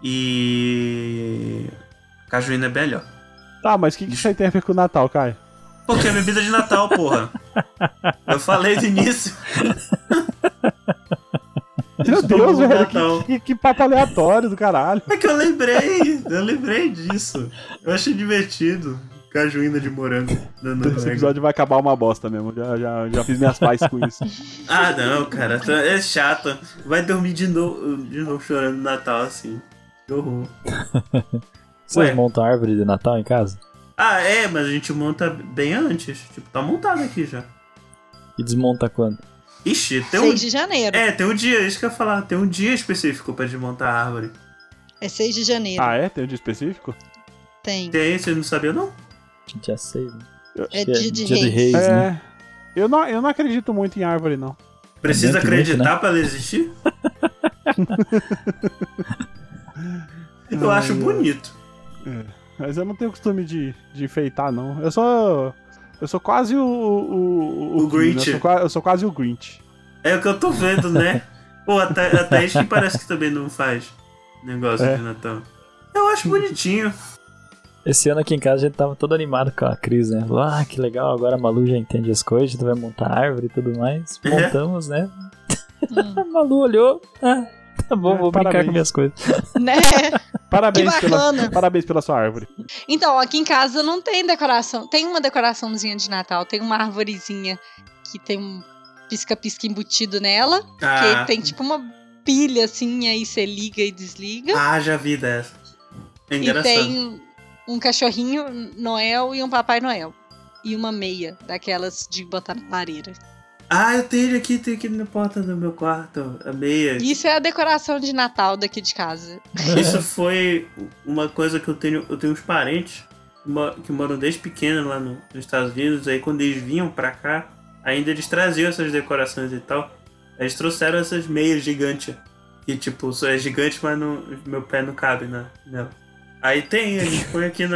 E cajuína é melhor. Tá, mas o que isso aí tem a ver com o Natal, Caio? Porque é bebida de Natal, porra. Eu falei no início. Meu Deus, velho, Natal. que papo aleatório do caralho. É que eu lembrei disso. Eu achei divertido. Cajuína de morango dando Esse prego. episódio vai acabar uma bosta mesmo. Já fiz minhas pazes com isso. Ah, não, cara, é chato. Vai dormir de novo chorando no Natal, assim. Que horror. Vocês Ué. montam árvore de Natal em casa? Ah, mas a gente monta bem antes. Tipo, tá montado aqui já. E desmonta quando? Ixi, tem 6 de janeiro. tem um dia, isso que eu ia falar. Tem um dia específico pra desmontar a árvore. É 6 de janeiro. Ah, é? Tem um dia específico? Tem. Tem, você não sabia, não? Dia 6, né? É Acho que dia de dia de reis. reis, né? Eu não acredito muito em árvore, não. Precisa muito, muito, acreditar né? pra ela existir? Eu acho bonito. Mas eu não tenho costume de enfeitar, não. Eu sou quase o Grinch. né? Eu sou quase o Grinch. É o que eu tô vendo, né? Pô, a Thaís que parece que também não faz negócio de Natal. Eu acho bonitinho. Esse ano aqui em casa a gente tava todo animado com a Cris, né? Falou, que legal, agora a Malu já entende as coisas, tu vai montar árvore e tudo mais. Montamos, né? A Malu olhou, tá bom, vou brincar parabéns. com minhas coisas. Né? Parabéns, Que bacana. parabéns pela sua árvore. Então, aqui em casa não tem decoração. Tem uma decoraçãozinha de Natal, tem uma arvorezinha que tem um pisca-pisca embutido nela. Ah. Que tem tipo uma pilha assim, aí você liga e desliga. Ah, já vi dessa. É E engraçado. tem um cachorrinho Noel e um Papai Noel. E uma meia, daquelas de botar na lareira. Ah, eu tenho aqui na porta do meu quarto, a meia. Isso é a decoração de Natal daqui de casa. Isso foi uma coisa que eu tenho uns parentes que moram desde pequeno lá nos Estados Unidos. Aí quando eles vinham pra cá, ainda eles traziam essas decorações e tal. Eles trouxeram essas meias gigantes. Que tipo, é gigante, mas meu pé não cabe nela. Aí tem, a gente põe aqui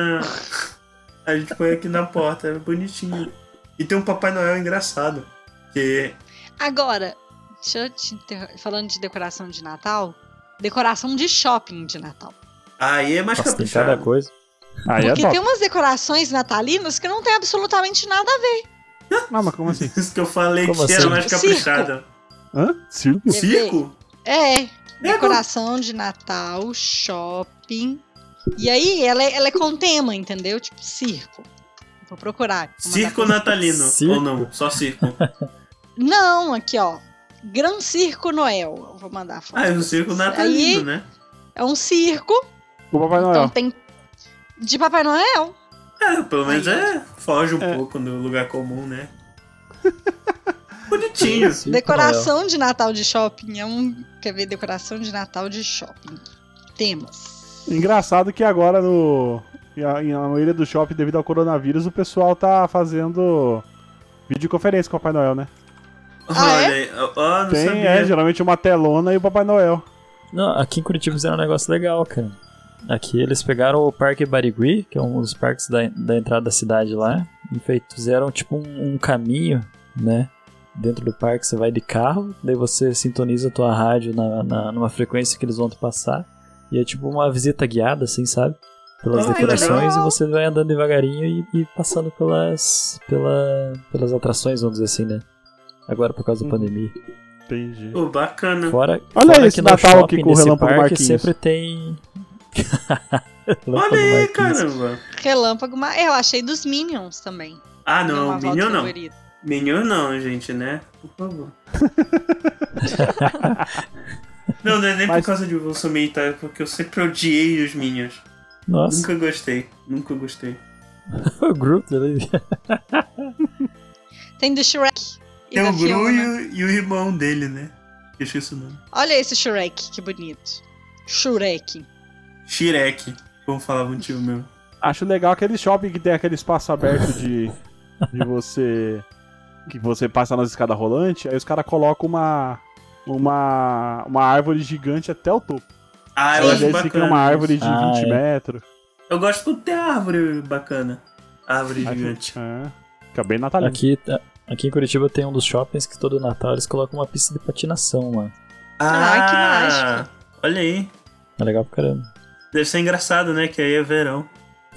na porta, é bonitinho. E tem um Papai Noel engraçado. Que Agora, falando de decoração de Natal, decoração de shopping de Natal. aí é mais Nossa, tem cada caprichado. coisa. Aí Porque é tem top. umas decorações natalinas que não tem absolutamente nada a ver. Não, mas como assim? Isso que eu falei Como que era assim? mais caprichada. Hã? Circo? Circo? É, decoração de Natal, shopping. E aí, ela é com tema, entendeu? Tipo, circo. Vou procurar. Vou mandar Circo pra- natalino. Circo? Ou não? Só circo. Não, aqui, ó. Gran Circo Noel. Eu vou mandar a foto. Ah, é pra um circo vocês. natalino, Aí, né? é um circo. O Papai Então Noel. tem de Papai Noel. É, pelo menos Aí, foge um pouco do lugar comum, né? Bonitinho. Circo Decoração de Natal de shopping quer ver? Decoração de Natal de shopping. Temas. Engraçado que agora na maioria do shopping, devido ao coronavírus, o pessoal tá fazendo videoconferência com o Papai Noel, né? Ah, é? Olha aí. Ó, não Tem, sabia. geralmente uma telona e o Papai Noel. Não, aqui em Curitiba fizeram um negócio legal, cara. Aqui eles pegaram o Parque Barigui, que é um dos parques da entrada da cidade lá, e fizeram tipo um caminho, né? Dentro do parque você vai de carro, daí você sintoniza a tua rádio numa frequência que eles vão te passar. E é tipo uma visita guiada, assim, sabe? Pelas Ah, decorações, legal. e você vai andando devagarinho e passando pelas atrações, vamos dizer assim, né? Agora por causa da pandemia. Entendi. Pô, bacana. Olha Fora esse que no Natal shopping aqui com o desse Relâmpago parque Marquinhos. sempre tem... Relâmpago Olha aí, Marquinhos. caramba. Relâmpago, eu achei dos Minions também. Ah, Minha não. avó Minion não. favorita. Minion não, gente, né? Por favor. Não é nem Mas- por causa de Bolsonaro, tá? É porque eu sempre odiei os Minions. Nossa, Nunca gostei. o Groot ali. Tem do Shrek. E Tem da o Gru Fiona. e o irmão dele, né? Eu esqueci o nome. Olha esse Shrek, que bonito. Shrek. Shrek, como falava um tio meu. Acho legal aquele shopping que tem aquele espaço aberto de você... Que você passa nas escadas rolantes, aí os caras colocam uma árvore gigante até o topo. Ah, eu Aí acho você bacana. cria uma árvore de Ah, 20 é. metros. Eu gosto quando tem árvore bacana. Árvore Aí gigante. fica bem natalino. Aqui em Curitiba tem um dos shoppings que todo Natal eles colocam uma pista de patinação, mano. Ah, que mágico. Olha aí. É legal pra caramba. Deve ser engraçado, né? Que aí é verão.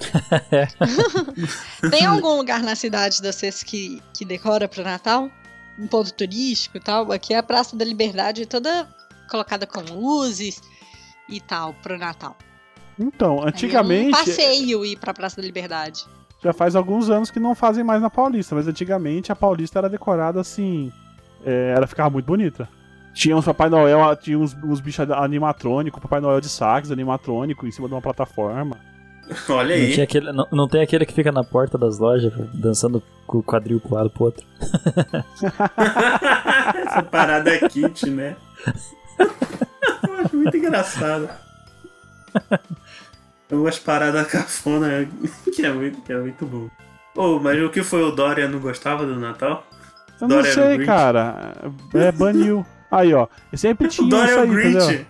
Tem algum lugar na cidade de vocês que decora pro Natal? Um ponto turístico e tal? Aqui é a Praça da Liberdade toda colocada com luzes e tal pro Natal. Então, Aí antigamente, é um passeio ir pra Praça da Liberdade. já faz alguns anos que não fazem mais na Paulista, mas antigamente a Paulista era decorada assim, ela ficava muito bonita. Tinha uns Papai Noel, tinha uns bichos animatrônicos, Papai Noel de sax animatrônico em cima de uma plataforma. Olha Não, aí. tinha aquele, não tem aquele que fica na porta das lojas dançando com o quadril pro lado pro outro. Essa parada é kit, né? Eu acho muito engraçado. Umas paradas cafona que é muito bom. Mas o que foi o Dória não gostava do Natal? Eu não Dória era o sei, Grinch? cara. Baniu. Aí, ó. Eu sempre O tinha Dória isso é o aí, Grinch. entendeu?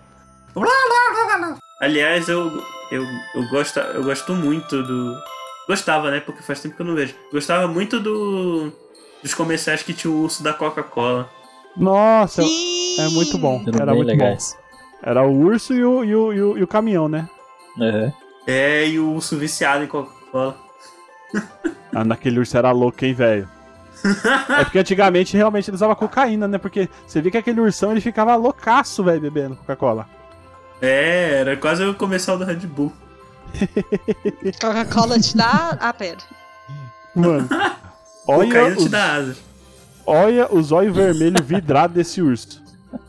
Aliás, eu gosto muito do... Gostava, né? Porque faz tempo que eu não vejo. Gostava muito dos comerciais que tinha o urso da Coca-Cola. Nossa, Sim! é muito bom. Eram Era bem muito legais. bom. Era o urso e o caminhão, né? Uhum. E o urso viciado em Coca-Cola. Ah, naquele urso era louco, hein, velho? É porque antigamente realmente ele usava cocaína, né? Porque você vê que aquele ursão ele ficava loucaço, velho, bebendo Coca-Cola. Era quase o comercial do Red Bull. Coca-Cola te dá... Ah, pera. Mano, Cocaína te dá asas. olha os olhos vermelhos vidrados desse urso.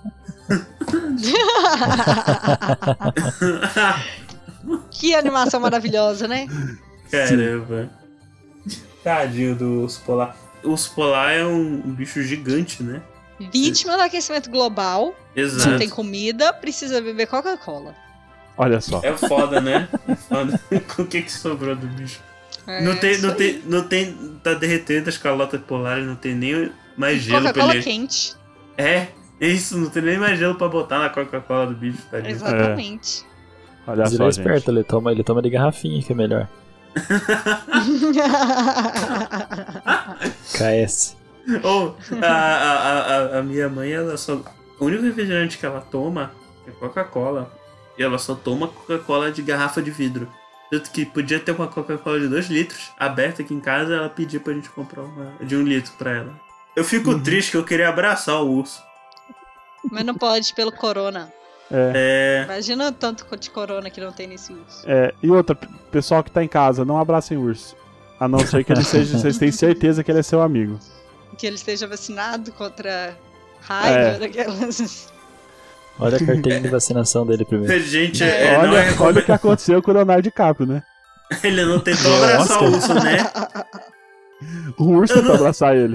Que animação maravilhosa, né? Caramba. Tadinho do urso polar. O urso polar é um bicho gigante, né? Vítima do aquecimento global, Exato. não tem comida, precisa beber Coca-Cola. Olha só. É foda, né? É foda. O que sobrou do bicho? É Não tem. Tá derretendo as calotas polares, não tem nem mais gelo pra Coca-Cola ele. quente. É isso, não tem nem mais gelo pra botar na Coca-Cola do bicho, tadinho. Exatamente. Olha Mas ele só, é gente. esperto, ele toma de garrafinha, que é melhor. KS. Ou a minha mãe, ela só. O único refrigerante que ela toma é Coca-Cola. E ela só toma Coca-Cola de garrafa de vidro. Tanto que podia ter uma Coca-Cola de 2 litros aberta aqui em casa, ela pedia pra gente comprar uma de 1 litro pra ela. Eu fico triste que eu queria abraçar o urso. Mas não pode pelo corona. Imagina o tanto de corona que não tem nesse urso. E outra, pessoal que tá em casa, não abracem o urso. A não ser que ele seja, vocês tenham certeza que ele é seu amigo. Que ele esteja vacinado contra raiva daquelas. Olha a carteirinha de vacinação dele primeiro. Gente, olha, não é olha o que aconteceu com o Leonardo DiCaprio, né? Ele não tentou abraçar o urso, né? O urso tentou abraçar ele.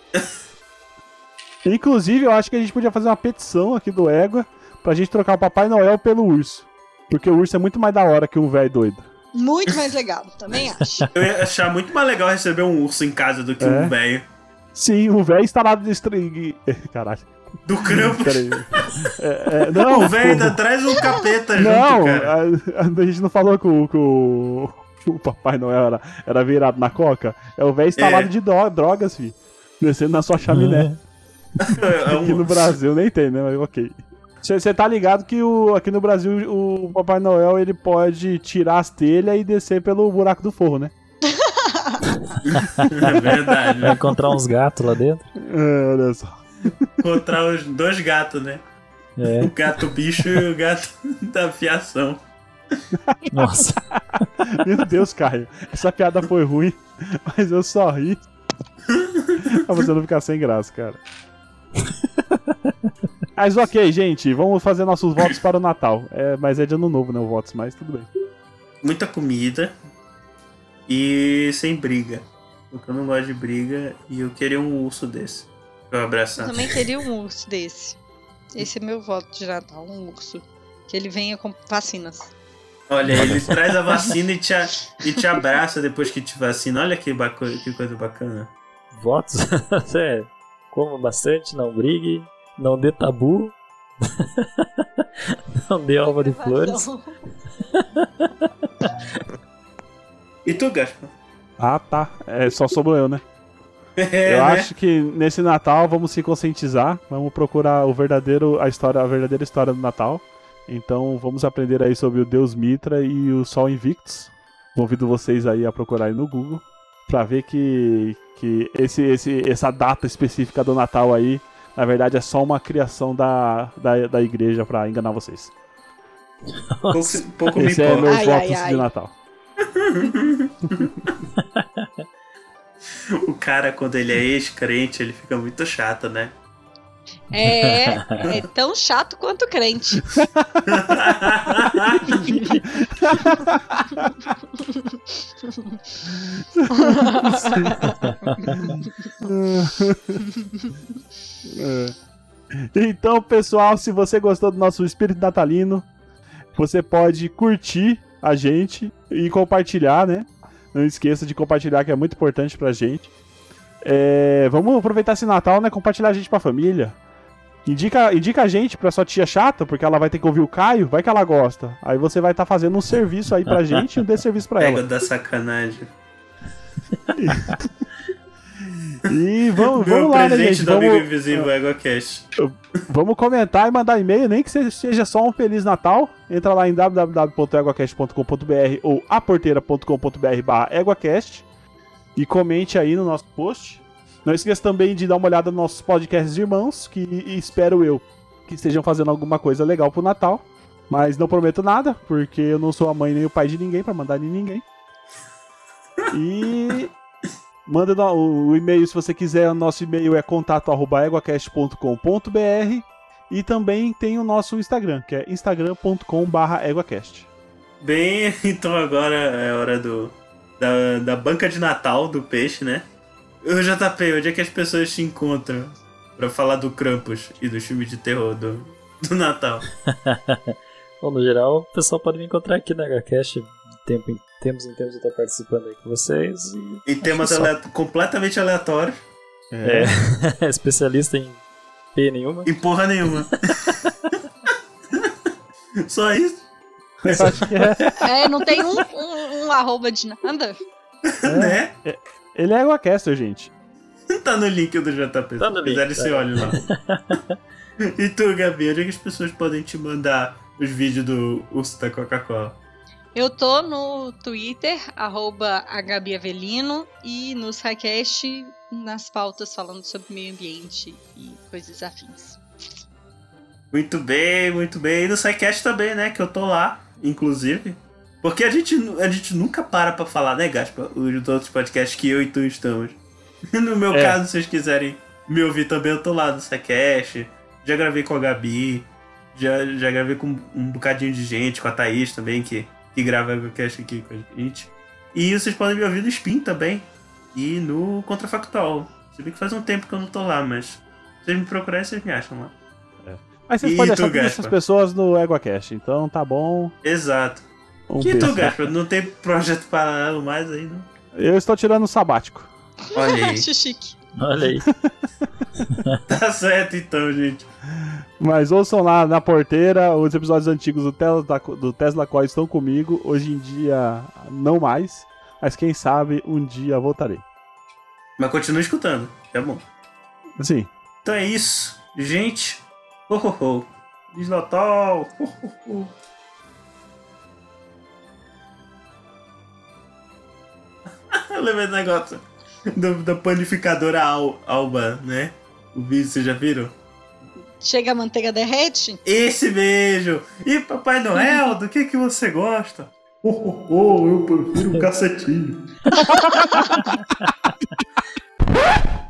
Inclusive, eu acho que a gente podia fazer uma petição aqui do Égua pra gente trocar o Papai Noel pelo urso. Porque o urso é muito mais da hora que um velho doido. Muito mais legal, também acho. Eu ia achar muito mais legal receber um urso em casa do que um velho. Sim, o velho instalado de string. Caralho. Do Krampus. Peraí. Não, O velho ainda traz um capeta junto, não, cara. a gente não falou que o Papai Noel era virado na coca? É o velho instalado de drogas, filho. Descendo na sua chaminé. Aqui no Brasil nem tem, né? Mas ok. Você tá ligado que aqui no Brasil o Papai Noel ele pode tirar as telhas e descer pelo buraco do forro, né? É verdade. Vai encontrar uns gatos lá dentro. Olha só. Encontrar os 2 gatos, né? É. O gato bicho e o gato da fiação. Nossa. Meu Deus, Caio. Essa piada foi ruim, mas eu só ri. Pra você não ficar sem graça, cara. Mas ok, gente. Vamos fazer nossos votos para o Natal. Mas é de ano novo, né? O votos, mas tudo bem. Muita comida e sem briga. Porque eu não gosto de briga e eu queria um urso desse pra eu abraçar. Eu também queria um urso desse. Esse é meu voto de Natal, um urso. Que ele venha com vacinas. Olha, ele traz a vacina e te abraça depois que te vacina. Olha que coisa bacana. Votos? Coma bastante, não brigue, não dê tabu, não dê alva de flores. E tu, Gaspar? Ah, tá. Só sobrou eu, né? Eu né? acho que nesse Natal vamos se conscientizar, vamos procurar a verdadeira história do Natal. Então vamos aprender aí sobre o Deus Mitra e o Sol Invictus. Convido vocês aí a procurar aí no Google pra ver que essa data específica do Natal aí Na verdade, é só uma criação da igreja pra enganar vocês. Pouco me Esse é importa. meus votos de Natal. O cara, quando ele é ex-crente, ele fica muito chato, né? É tão chato quanto crente. Então, pessoal, se você gostou do nosso espírito natalino, você pode curtir a gente e compartilhar, né? Não esqueça de compartilhar, que é muito importante pra gente. Vamos aproveitar esse Natal, né? Compartilhar a gente pra família. Indica a gente pra sua tia chata, porque ela vai ter que ouvir o Caio, vai que ela gosta. Aí você vai estar fazendo um serviço aí pra gente e um desserviço pra ela. Pega da sacanagem. E vamos Meu lá, né, presente gente? do amigo invisível EgoCast. Vamos comentar e mandar e-mail, nem que seja só um Feliz Natal. Entra lá em www.eguacast.com.br ou aporteira.com.br/eguacast e comente aí no nosso post. Não esqueça também de dar uma olhada nos nossos podcasts de irmãos, que espero eu que estejam fazendo alguma coisa legal pro Natal. Mas não prometo nada, porque eu não sou a mãe nem o pai de ninguém pra mandar em ninguém. E manda o e-mail se você quiser. O nosso e-mail é contato@eguacast.com.br e também tem o nosso Instagram, que é instagram.com/eguacast. Bem, então agora é hora da banca de Natal do peixe, né? Ô JP, onde é que as pessoas se encontram pra falar do Krampus e do filme de terror do Natal? Bom, no geral, o pessoal pode me encontrar aqui na HCast. Tempos em tempos eu tô participando aí com vocês. E temas completamente aleatórios. Especialista em P nenhuma. Em porra nenhuma. Só isso? Eu acho que Não tem um arroba de nada. Né? Ele é Eguacaster, gente. Tá no link do JP. Tá no Se link, quiserem, você olha lá. E tu, Gabi, onde é que as pessoas podem te mandar os vídeos do urso da Coca-Cola? Eu tô no Twitter, @HabiAvelino, e no SciCast, nas pautas falando sobre meio ambiente e coisas afins. Muito bem, muito bem. E no SciCast também, né? Que eu tô lá, inclusive. Porque a gente nunca para pra falar, né, Gaspa? Os outros podcasts que eu e tu estamos. No meu caso, se vocês quiserem me ouvir também, eu tô lá no SciCast. Já gravei com a Gabi. Já gravei com um bocadinho de gente, com a Thaís também, que grava o cast aqui com a gente. E vocês podem me ouvir no Spin também. E no Contrafactual. Se bem que faz um tempo que eu não tô lá, mas se vocês me procurarem, vocês me acham lá. Mas vocês podem achar todas essas pessoas no EguaCast, então tá bom. Exato. Vamos E tu, ver. Gaspa? Não tem projeto paralelo mais aí, não? Eu estou tirando um sabático. Olha aí. Acho chique. Olha aí. Tá certo então, gente. Mas ouçam lá na porteira, os episódios antigos do Tesla Coil estão comigo. Hoje em dia, não mais. Mas quem sabe, um dia voltarei. Mas continua escutando, é bom. Sim. Então é isso, gente. Ho, ho, ho. Feliz Natal. Ho, ho, ho. Eu lembrei do negócio da panificadora Alba, né? O vídeo, vocês já viram? Chega a manteiga derrete? Esse beijo! E Papai Noel, do que você gosta? Eu prefiro um cacetinho.